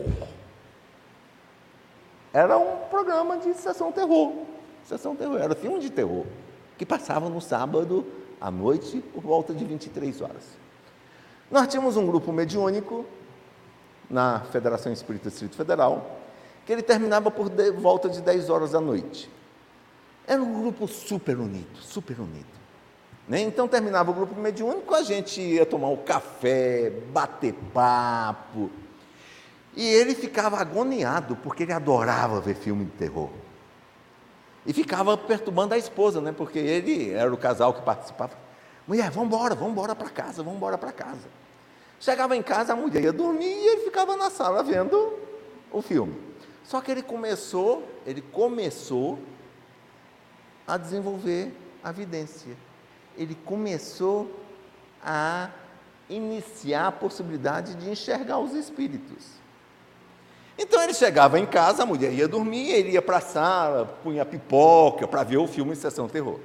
Era um programa de Sessão Terror. Sessão Terror, era filme de terror, que passava no sábado à noite, por volta de vinte e três horas. Nós tínhamos um grupo mediúnico na Federação Espírita Distrito Federal, que ele terminava por de, volta de dez horas da noite. Era um grupo super unido, super unido. Né? Então terminava o grupo mediúnico, a gente ia tomar um café, bater papo. E ele ficava agoniado, porque ele adorava ver filme de terror. E ficava perturbando a esposa, né? Porque ele era o casal que participava. Mulher, vamos embora, vamos embora para casa, vamos embora para casa. Chegava em casa, a mulher ia dormir e ele ficava na sala vendo o filme. Só que ele começou, ele começou a desenvolver a vidência. Ele começou a iniciar a possibilidade de enxergar os espíritos. Então ele chegava em casa, a mulher ia dormir, ele ia para a sala, punha pipoca para ver o filme em Sessão Terror.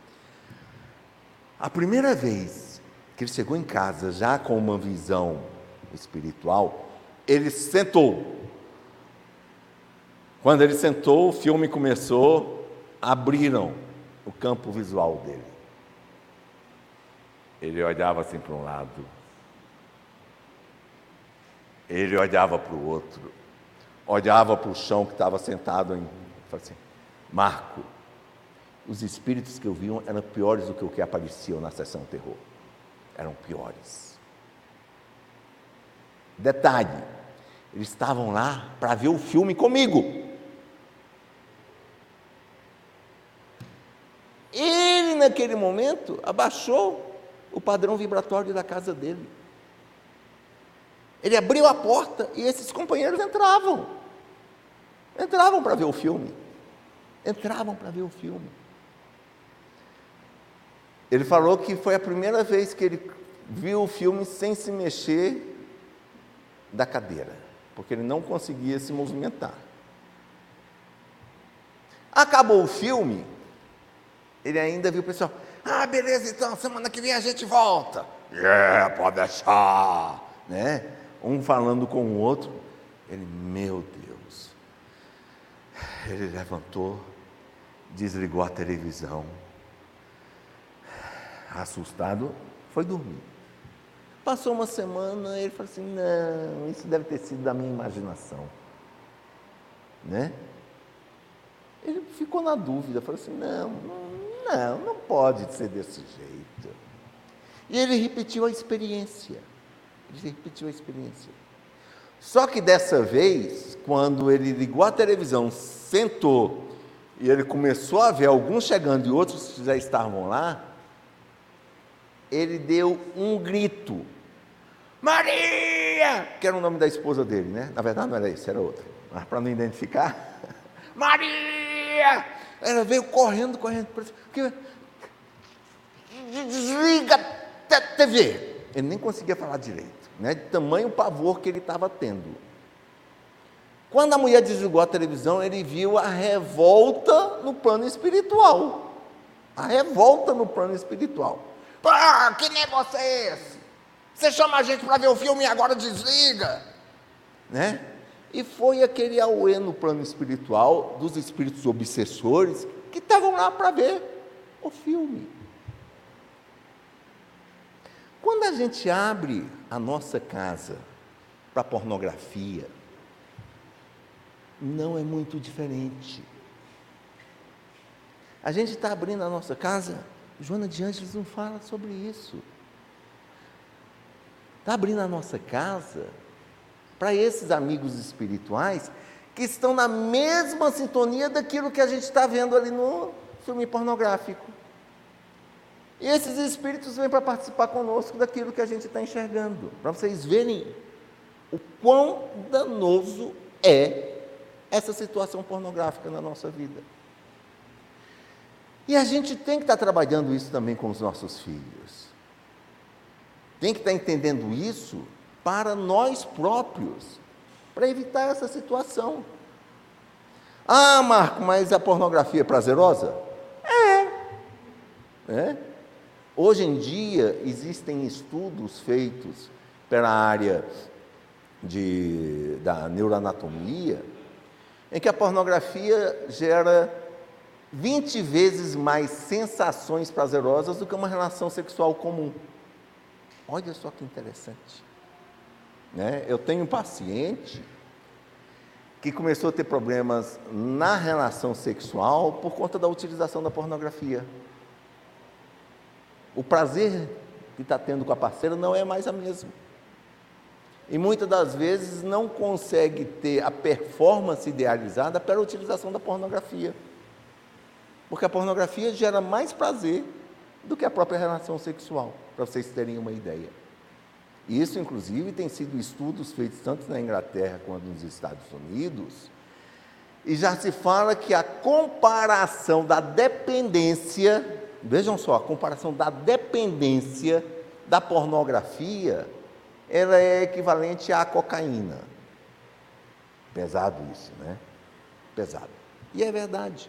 A primeira vez que ele chegou em casa, já com uma visão espiritual, ele sentou. Quando ele sentou, o filme começou, abriram o campo visual dele. Ele olhava assim para um lado, ele olhava para o outro, olhava para o chão que estava sentado em... Falei assim, Marco, os espíritos que eu vi eram piores do que o que apareciam na Sessão Terror. Eram piores. Detalhe, eles estavam lá para ver o filme comigo. Ele, naquele momento, abaixou o padrão vibratório da casa dele. Ele abriu a porta e esses companheiros entravam. Entravam para ver o filme. Entravam para ver o filme. Ele falou que foi a primeira vez que ele viu o filme sem se mexer da cadeira, porque ele não conseguia se movimentar. Acabou o filme, ele ainda viu o pessoal, ah, beleza, então, semana que vem a gente volta. É, pode deixar, né? Um falando com o outro, ele, meu Deus. Ele levantou, desligou a televisão, assustado, foi dormir. Passou uma semana, ele falou assim, não, isso deve ter sido da minha imaginação. Né? Ele ficou na dúvida, falou assim, não, não, não pode ser desse jeito. E ele repetiu a experiência. Ele repetiu a experiência. Só que dessa vez, quando ele ligou a televisão, sentou, e ele começou a ver alguns chegando e outros que já estavam lá, ele deu um grito, Maria, que era o nome da esposa dele, né? Na verdade não era esse, era outro, mas para não identificar, Maria, ela veio correndo, correndo, desliga a T V, ele nem conseguia falar direito, né? De tamanho pavor que ele estava tendo. Quando a mulher desligou a televisão, ele viu a revolta no plano espiritual, a revolta no plano espiritual. Ah, que negócio é esse? Você chama a gente para ver o filme e agora desliga. Né? E foi aquele auê no plano espiritual dos espíritos obsessores que estavam lá para ver o filme. Quando a gente abre a nossa casa para pornografia, não é muito diferente. A gente está abrindo a nossa casa, Joana de Ângeles não fala sobre isso. Está abrindo a nossa casa para esses amigos espirituais que estão na mesma sintonia daquilo que a gente está vendo ali no filme pornográfico. E esses espíritos vêm para participar conosco daquilo que a gente está enxergando, para vocês verem o quão danoso é essa situação pornográfica na nossa vida. E a gente tem que estar trabalhando isso também com os nossos filhos. Tem que estar entendendo isso para nós próprios, para evitar essa situação. Ah, Marco, mas a pornografia é prazerosa? É. É. Hoje em dia, existem estudos feitos pela área de, da neuroanatomia, em que a pornografia gera vinte vezes mais sensações prazerosas do que uma relação sexual comum. Olha só que interessante. Né? Eu tenho um paciente que começou a ter problemas na relação sexual por conta da utilização da pornografia. O prazer que está tendo com a parceira não é mais a mesma. E muitas das vezes não consegue ter a performance idealizada pela utilização da pornografia. Porque a pornografia gera mais prazer do que a própria relação sexual, para vocês terem uma ideia. E isso, inclusive, tem sido estudos feitos tanto na Inglaterra quanto nos Estados Unidos, e já se fala que a comparação da dependência, vejam só, a comparação da dependência da pornografia, ela é equivalente à cocaína. Pesado isso, né? Pesado. E é verdade.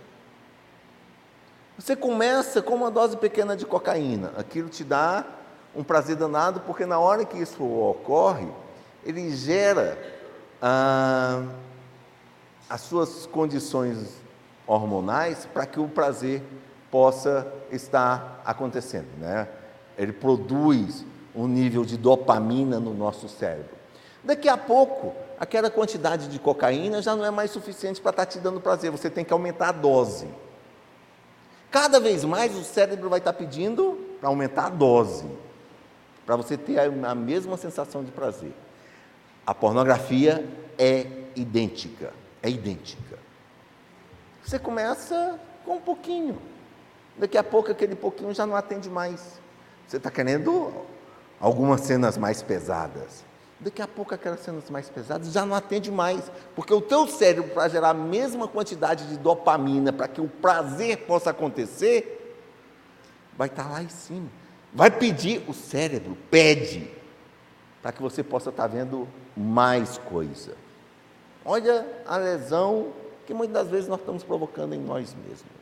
Você começa com uma dose pequena de cocaína, aquilo te dá um prazer danado, porque na hora que isso ocorre, ele gera ah, as suas condições hormonais para que o prazer possa estar acontecendo, né? Ele produz um nível de dopamina no nosso cérebro. Daqui a pouco, aquela quantidade de cocaína já não é mais suficiente para estar te dando prazer, você tem que aumentar a dose. Cada vez mais o cérebro vai estar pedindo para aumentar a dose, para você ter a mesma sensação de prazer. A pornografia é idêntica, é idêntica. Você começa com um pouquinho, daqui a pouco aquele pouquinho já não atende mais. Você está querendo algumas cenas mais pesadas. Daqui a pouco aquelas cenas mais pesadas já não atende mais, porque o teu cérebro, para gerar a mesma quantidade de dopamina, para que o prazer possa acontecer, vai estar lá em cima. Vai pedir, o cérebro pede, para que você possa estar vendo mais coisa. Olha a lesão que muitas das vezes nós estamos provocando em nós mesmos.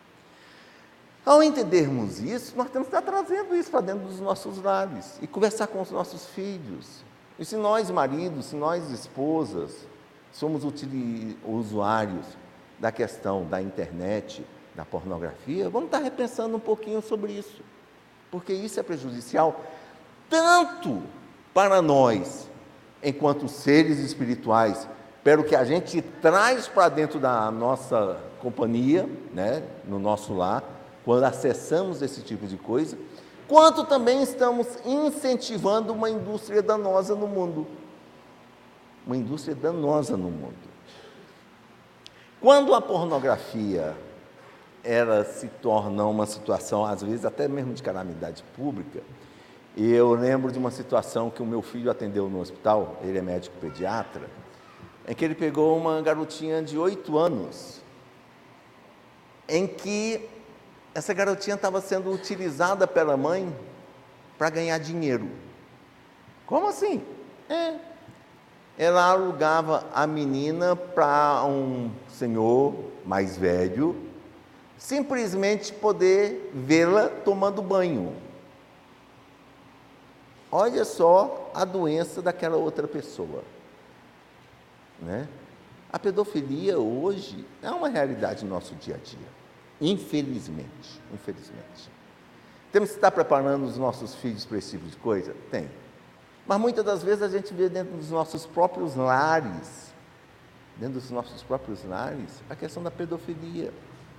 Ao entendermos isso, nós temos que estar trazendo isso para dentro dos nossos lares e conversar com os nossos filhos. E se nós, maridos, se nós, esposas, somos usuários da questão da internet, da pornografia, vamos estar repensando um pouquinho sobre isso, porque isso é prejudicial tanto para nós, enquanto seres espirituais, pelo que a gente traz para dentro da nossa companhia, né, no nosso lar, quando acessamos esse tipo de coisa, quanto também estamos incentivando uma indústria danosa no mundo. Uma indústria danosa no mundo. Quando a pornografia ela se torna uma situação, às vezes, até mesmo de calamidade pública, e eu lembro de uma situação que o meu filho atendeu no hospital, ele é médico pediatra, em que ele pegou uma garotinha de oito anos, em que essa garotinha estava sendo utilizada pela mãe para ganhar dinheiro. Como assim? É. Ela alugava a menina para um senhor mais velho, simplesmente poder vê-la tomando banho. Olha só a doença daquela outra pessoa. Né? A pedofilia hoje é uma realidade no nosso dia a dia. Infelizmente, infelizmente. Temos que estar preparando os nossos filhos para esse tipo de coisa? Tem. Mas muitas das vezes a gente vê dentro dos nossos próprios lares, dentro dos nossos próprios lares, a questão da pedofilia,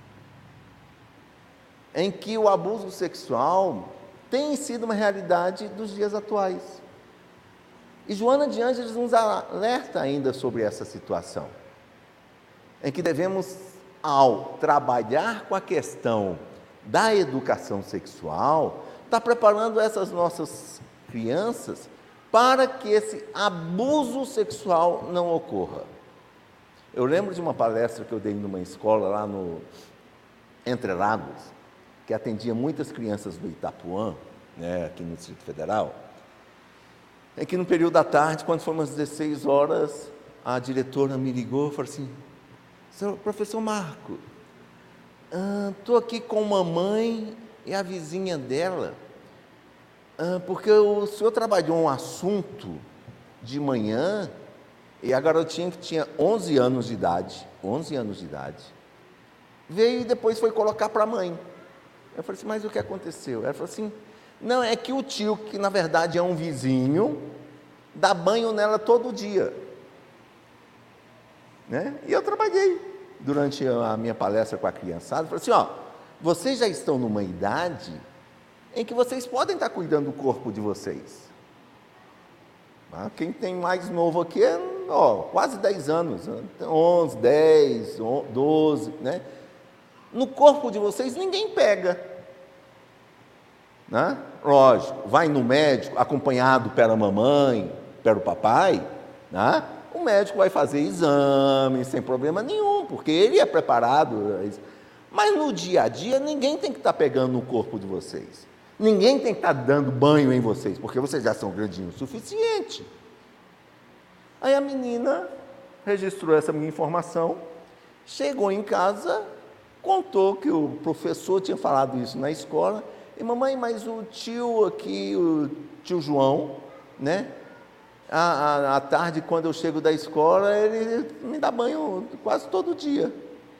em que o abuso sexual tem sido uma realidade dos dias atuais. E Joana de Ângeles nos alerta ainda sobre essa situação, em que devemos, ao trabalhar com a questão da educação sexual, estar preparando essas nossas crianças para que esse abuso sexual não ocorra. Eu lembro de uma palestra que eu dei numa escola lá no Entre Lagos, que atendia muitas crianças do Itapuã, né, aqui no Distrito Federal, em que no período da tarde, quando foram às dezesseis horas, a diretora me ligou e falou assim: professor Marco, estou ah, aqui com mamãe e a vizinha dela, ah, porque o senhor trabalhou um assunto de manhã, e a garotinha que tinha onze anos de idade, onze anos de idade, veio e depois foi colocar para a mãe. Eu falei assim: mas o que aconteceu? Ela falou assim: não, é que o tio, que na verdade é um vizinho, dá banho nela todo dia. Né? E eu trabalhei durante a minha palestra com a criançada, falei assim: ó, vocês já estão numa idade em que vocês podem estar cuidando do corpo de vocês. Quem tem mais novo aqui é, ó, quase dez anos, onze, dez, doze, né? No corpo de vocês ninguém pega. Né? Lógico, vai no médico acompanhado pela mamãe, pelo papai, né? O médico vai fazer exames sem problema nenhum, porque ele é preparado. Mas no dia a dia, ninguém tem que estar pegando no corpo de vocês. Ninguém tem que estar dando banho em vocês, porque vocês já são grandinhos o suficiente. Aí a menina registrou essa minha informação, chegou em casa, contou que o professor tinha falado isso na escola, e mamãe, mas o tio aqui, o tio João, né? À, à, à tarde, quando eu chego da escola, ele me dá banho quase todo dia.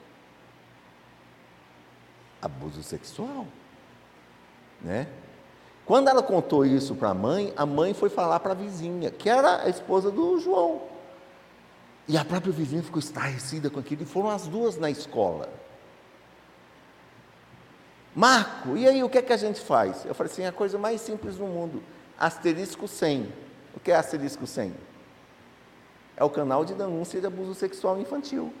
Abuso sexual, né? Quando ela contou isso para a mãe, a mãe foi falar para a vizinha, que era a esposa do João. E a própria vizinha ficou estarrecida com aquilo, e foram as duas na escola. Marco, e aí o que é que a gente faz? Eu falei assim: a coisa mais simples do mundo, asterisco cem. O que é asterisco cem? É o canal de denúncia de abuso sexual infantil.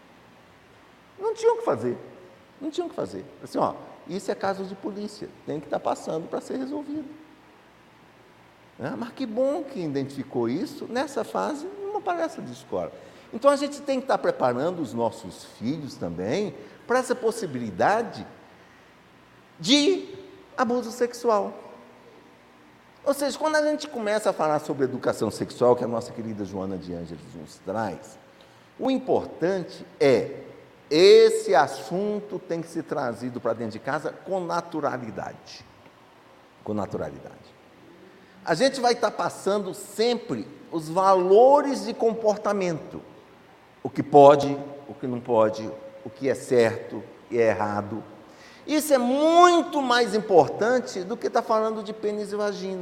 Não tinham o que fazer, não tinham o que fazer. Assim, ó, isso é caso de polícia, tem que estar passando para ser resolvido. É, mas que bom que identificou isso nessa fase, numa palestra de escola. Então a gente tem que estar preparando os nossos filhos também para essa possibilidade de abuso sexual. Ou seja, quando a gente começa a falar sobre educação sexual, que a nossa querida Joana de Ângeles nos traz, o importante é, esse assunto tem que ser trazido para dentro de casa com naturalidade. Com naturalidade. A gente vai estar passando sempre os valores de comportamento. O que pode, o que não pode, o que é certo e é errado. Isso é muito mais importante do que estar falando de pênis e vagina.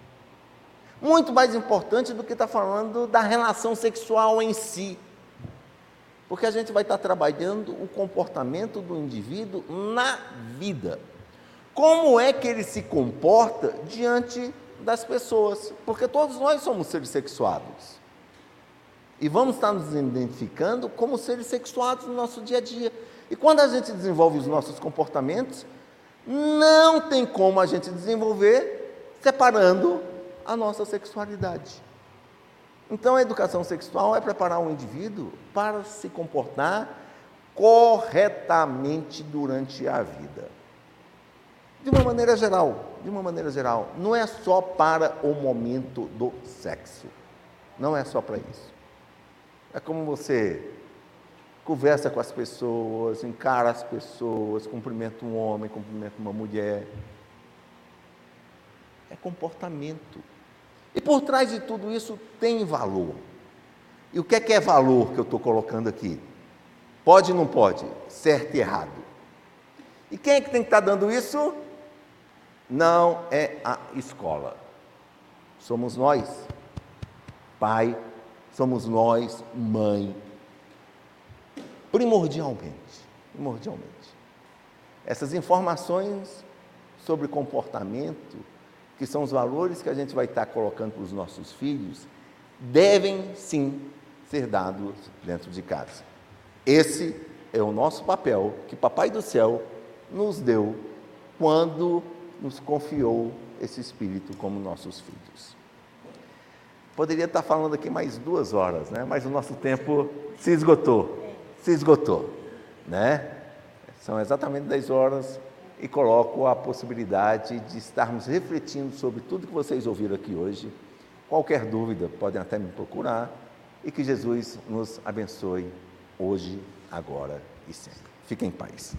Muito mais importante do que estar falando da relação sexual em si. Porque a gente vai estar trabalhando o comportamento do indivíduo na vida. Como é que ele se comporta diante das pessoas? Porque todos nós somos seres sexuados. E vamos estar nos identificando como seres sexuados no nosso dia a dia. E quando a gente desenvolve os nossos comportamentos, não tem como a gente desenvolver separando a nossa sexualidade. Então, a educação sexual é preparar o indivíduo para se comportar corretamente durante a vida. De uma maneira geral, de uma maneira geral, não é só para o momento do sexo. Não é só para isso. É como você conversa com as pessoas, encara as pessoas, cumprimenta um homem, cumprimenta uma mulher. É comportamento. E por trás de tudo isso tem valor. E o que é que é valor que eu estou colocando aqui? Pode ou não pode? Certo e errado. E quem é que tem que estar dando isso? Não é a escola. Somos nós, pai, somos nós, mãe. Primordialmente, primordialmente. Essas informações sobre comportamento, que são os valores que a gente vai estar colocando para os nossos filhos, devem sim ser dados dentro de casa. Esse é o nosso papel que Papai do Céu nos deu quando nos confiou esse Espírito como nossos filhos. Poderia estar falando aqui mais duas horas, né? Mas o nosso tempo se esgotou, se esgotou, né? São exatamente dez horas e coloco a possibilidade de estarmos refletindo sobre tudo que vocês ouviram aqui hoje. Qualquer dúvida, podem até me procurar, e que Jesus nos abençoe hoje, agora e sempre. Fiquem em paz.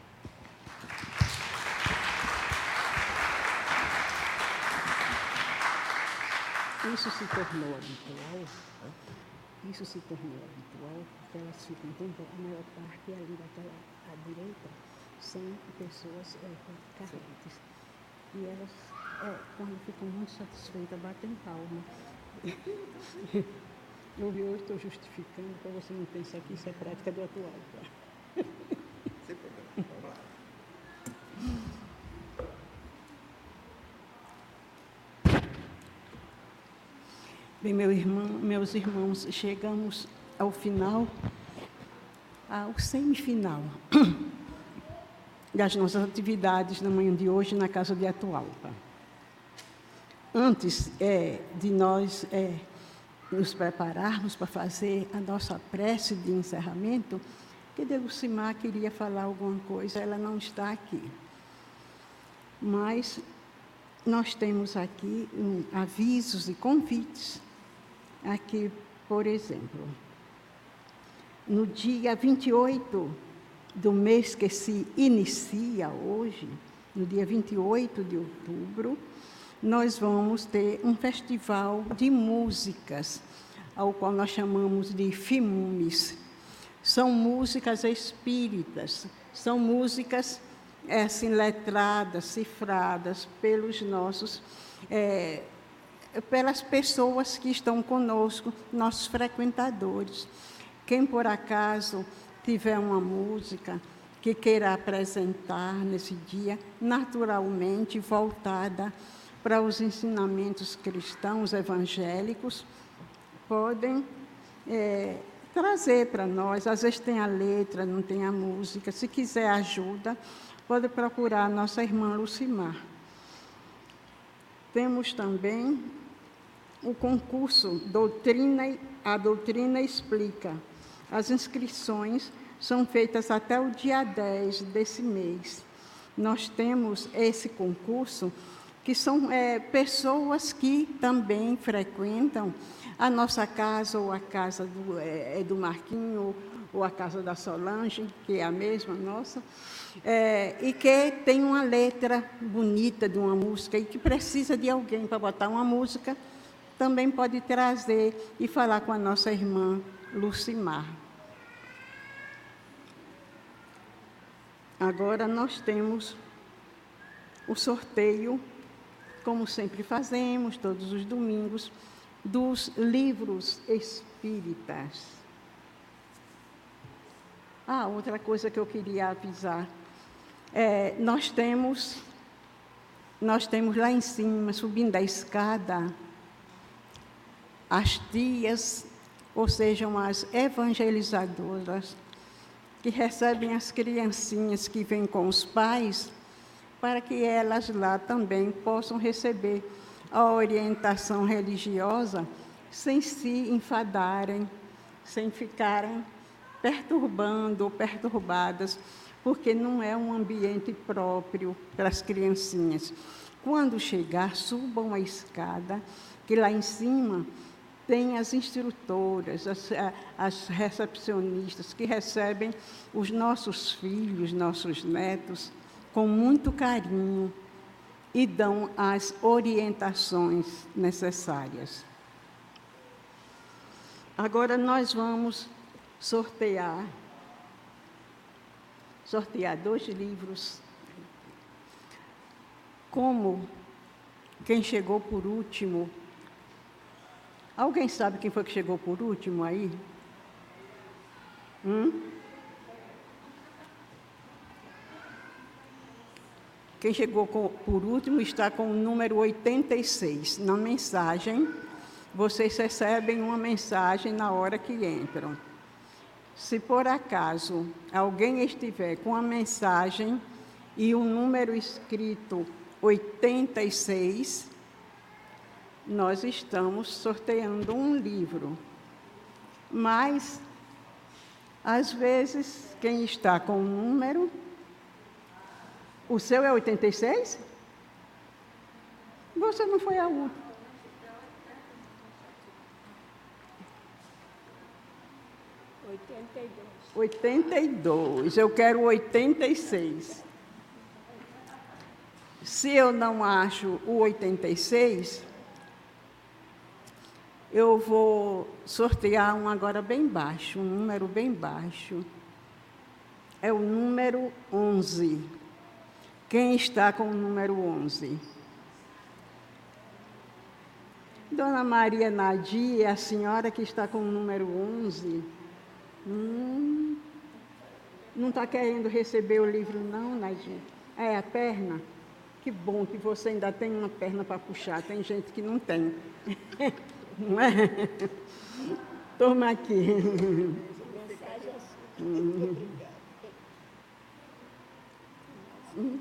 Isso se tornou habitual, isso se tornou habitual, porque elas ficam, a maior parte ali daquela à direita, são pessoas é, carentes. E elas, é, quando ficam muito satisfeitas, batem palma. Eu hoje estou justificando para você não pensar que isso é prática do atual. Tá? Sem problema, vamos lá. Bem, meu irmão, meus irmãos, chegamos ao final, ao semifinal das nossas atividades na manhã de hoje na Casa de Atualpa. Antes é, de nós é, nos prepararmos para fazer a nossa prece de encerramento, que Delucimar queria falar alguma coisa, ela não está aqui. Mas nós temos aqui um, avisos e convites. Aqui, por exemplo, no dia vinte e oito do mês que se inicia hoje, no dia vinte e oito de outubro, nós vamos ter um festival de músicas, ao qual nós chamamos de FIMUMES. São músicas espíritas, são músicas é, assim, letradas, cifradas pelos nossos... É, pelas pessoas que estão conosco, nossos frequentadores. Quem, por acaso, tiver uma música que queira apresentar nesse dia, naturalmente voltada para os ensinamentos cristãos evangélicos, podem é, trazer para nós. Às vezes tem a letra, não tem a música. Se quiser ajuda, pode procurar a nossa irmã Lucimar. Temos também o concurso Doutrina, A Doutrina Explica. As inscrições são feitas até o dia dez desse mês. Nós temos esse concurso, que são é, pessoas que também frequentam a nossa casa, ou a casa do, é, do Marquinho, ou a casa da Solange, que é a mesma nossa, é, e que tem uma letra bonita de uma música e que precisa de alguém para botar uma música, também pode trazer e falar com a nossa irmã Lucimar. Agora nós temos o sorteio, como sempre fazemos, todos os domingos, dos livros espíritas. Ah, outra coisa que eu queria avisar. É, nós temos, nós temos lá em cima, subindo a escada, as tias, ou sejam as evangelizadoras, que recebem as criancinhas que vêm com os pais, para que elas lá também possam receber a orientação religiosa sem se enfadarem, sem ficarem perturbando ou perturbadas, porque não é um ambiente próprio para as criancinhas. Quando chegar, subam a escada, que lá em cima tem as instrutoras, as, as recepcionistas, que recebem os nossos filhos, nossos netos, com muito carinho e dão as orientações necessárias. Agora nós vamos sortear, sortear dois livros como quem chegou por último. Alguém sabe quem foi que chegou por último aí? Hum? Quem chegou com, por último está com o número oitenta e seis. Na mensagem, vocês recebem uma mensagem na hora que entram. Se por acaso alguém estiver com a mensagem e o número escrito oitenta e seis, nós estamos sorteando um livro. Mas, às vezes, quem está com o número... O seu é oitenta e seis? Você não foi a última. oitenta e dois. oitenta e dois. Eu quero oitenta e seis. Se eu não acho o oitenta e seis, eu vou sortear um agora bem baixo, um número bem baixo. É o número onze. Quem está com o número onze? Dona Maria Nadia, a senhora que está com o número onze. Hum, não está querendo receber o livro, não, Nadia? É a perna? Que bom que você ainda tem uma perna para puxar. Tem gente que não tem. Não é? Toma aqui. Hum. Hum.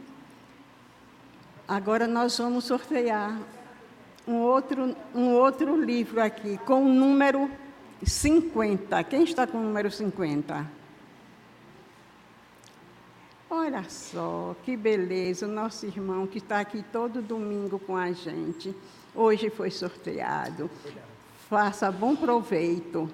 Agora nós vamos sortear um outro, um outro livro aqui, com o número cinquenta. Quem está com o número cinquenta? Olha só, que beleza, o nosso irmão que está aqui todo domingo com a gente. Hoje foi sorteado. Faça bom proveito.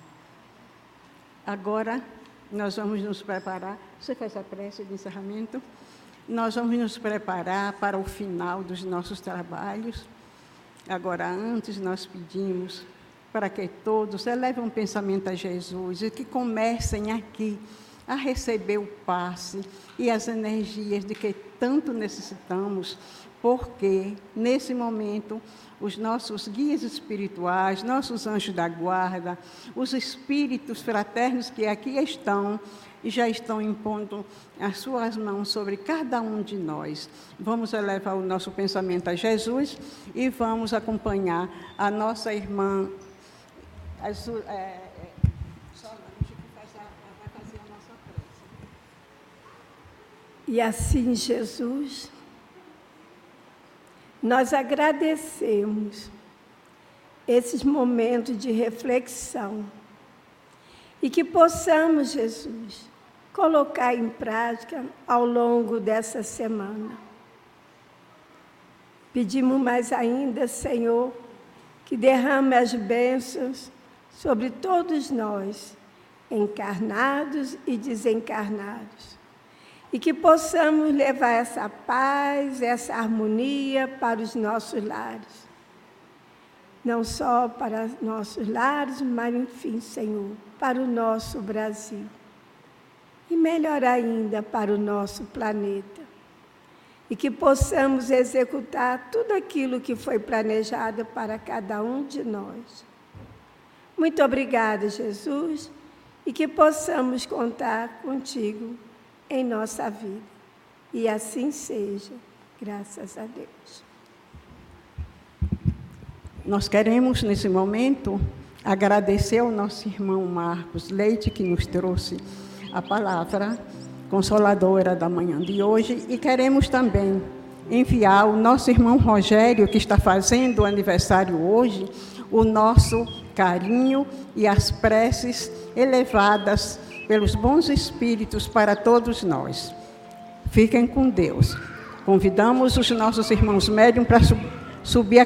Agora, nós vamos nos preparar. Você faz a prece de encerramento? Nós vamos nos preparar para o final dos nossos trabalhos. Agora, antes, nós pedimos para que todos elevem um pensamento a Jesus e que comecem aqui a receber o passe e as energias de que tanto necessitamos, porque, nesse momento, os nossos guias espirituais, nossos anjos da guarda, os espíritos fraternos que aqui estão, e já estão impondo as suas mãos sobre cada um de nós. Vamos elevar o nosso pensamento a Jesus e vamos acompanhar a nossa irmã, a, é, é, Solange, que faz a, vai fazer a nossa prece. E assim, Jesus, nós agradecemos esses momentos de reflexão e que possamos, Jesus, colocar em prática ao longo dessa semana. Pedimos mais ainda, Senhor, que derrame as bênçãos sobre todos nós, encarnados e desencarnados, e que possamos levar essa paz, essa harmonia para os nossos lares. Não só para nossos lares, mas, enfim, Senhor, para o nosso Brasil. E melhor ainda, para o nosso planeta. E que possamos executar tudo aquilo que foi planejado para cada um de nós. Muito obrigada, Jesus, e que possamos contar contigo em nossa vida. E assim seja, graças a Deus. Nós queremos, nesse momento, agradecer ao nosso irmão Marcos Leite, que nos trouxe a palavra consoladora da manhã de hoje, e queremos também enviar ao nosso irmão Rogério, que está fazendo o aniversário hoje, o nosso carinho e as preces elevadas pelos bons espíritos para todos nós. Fiquem com Deus. Convidamos os nossos irmãos médiuns para subir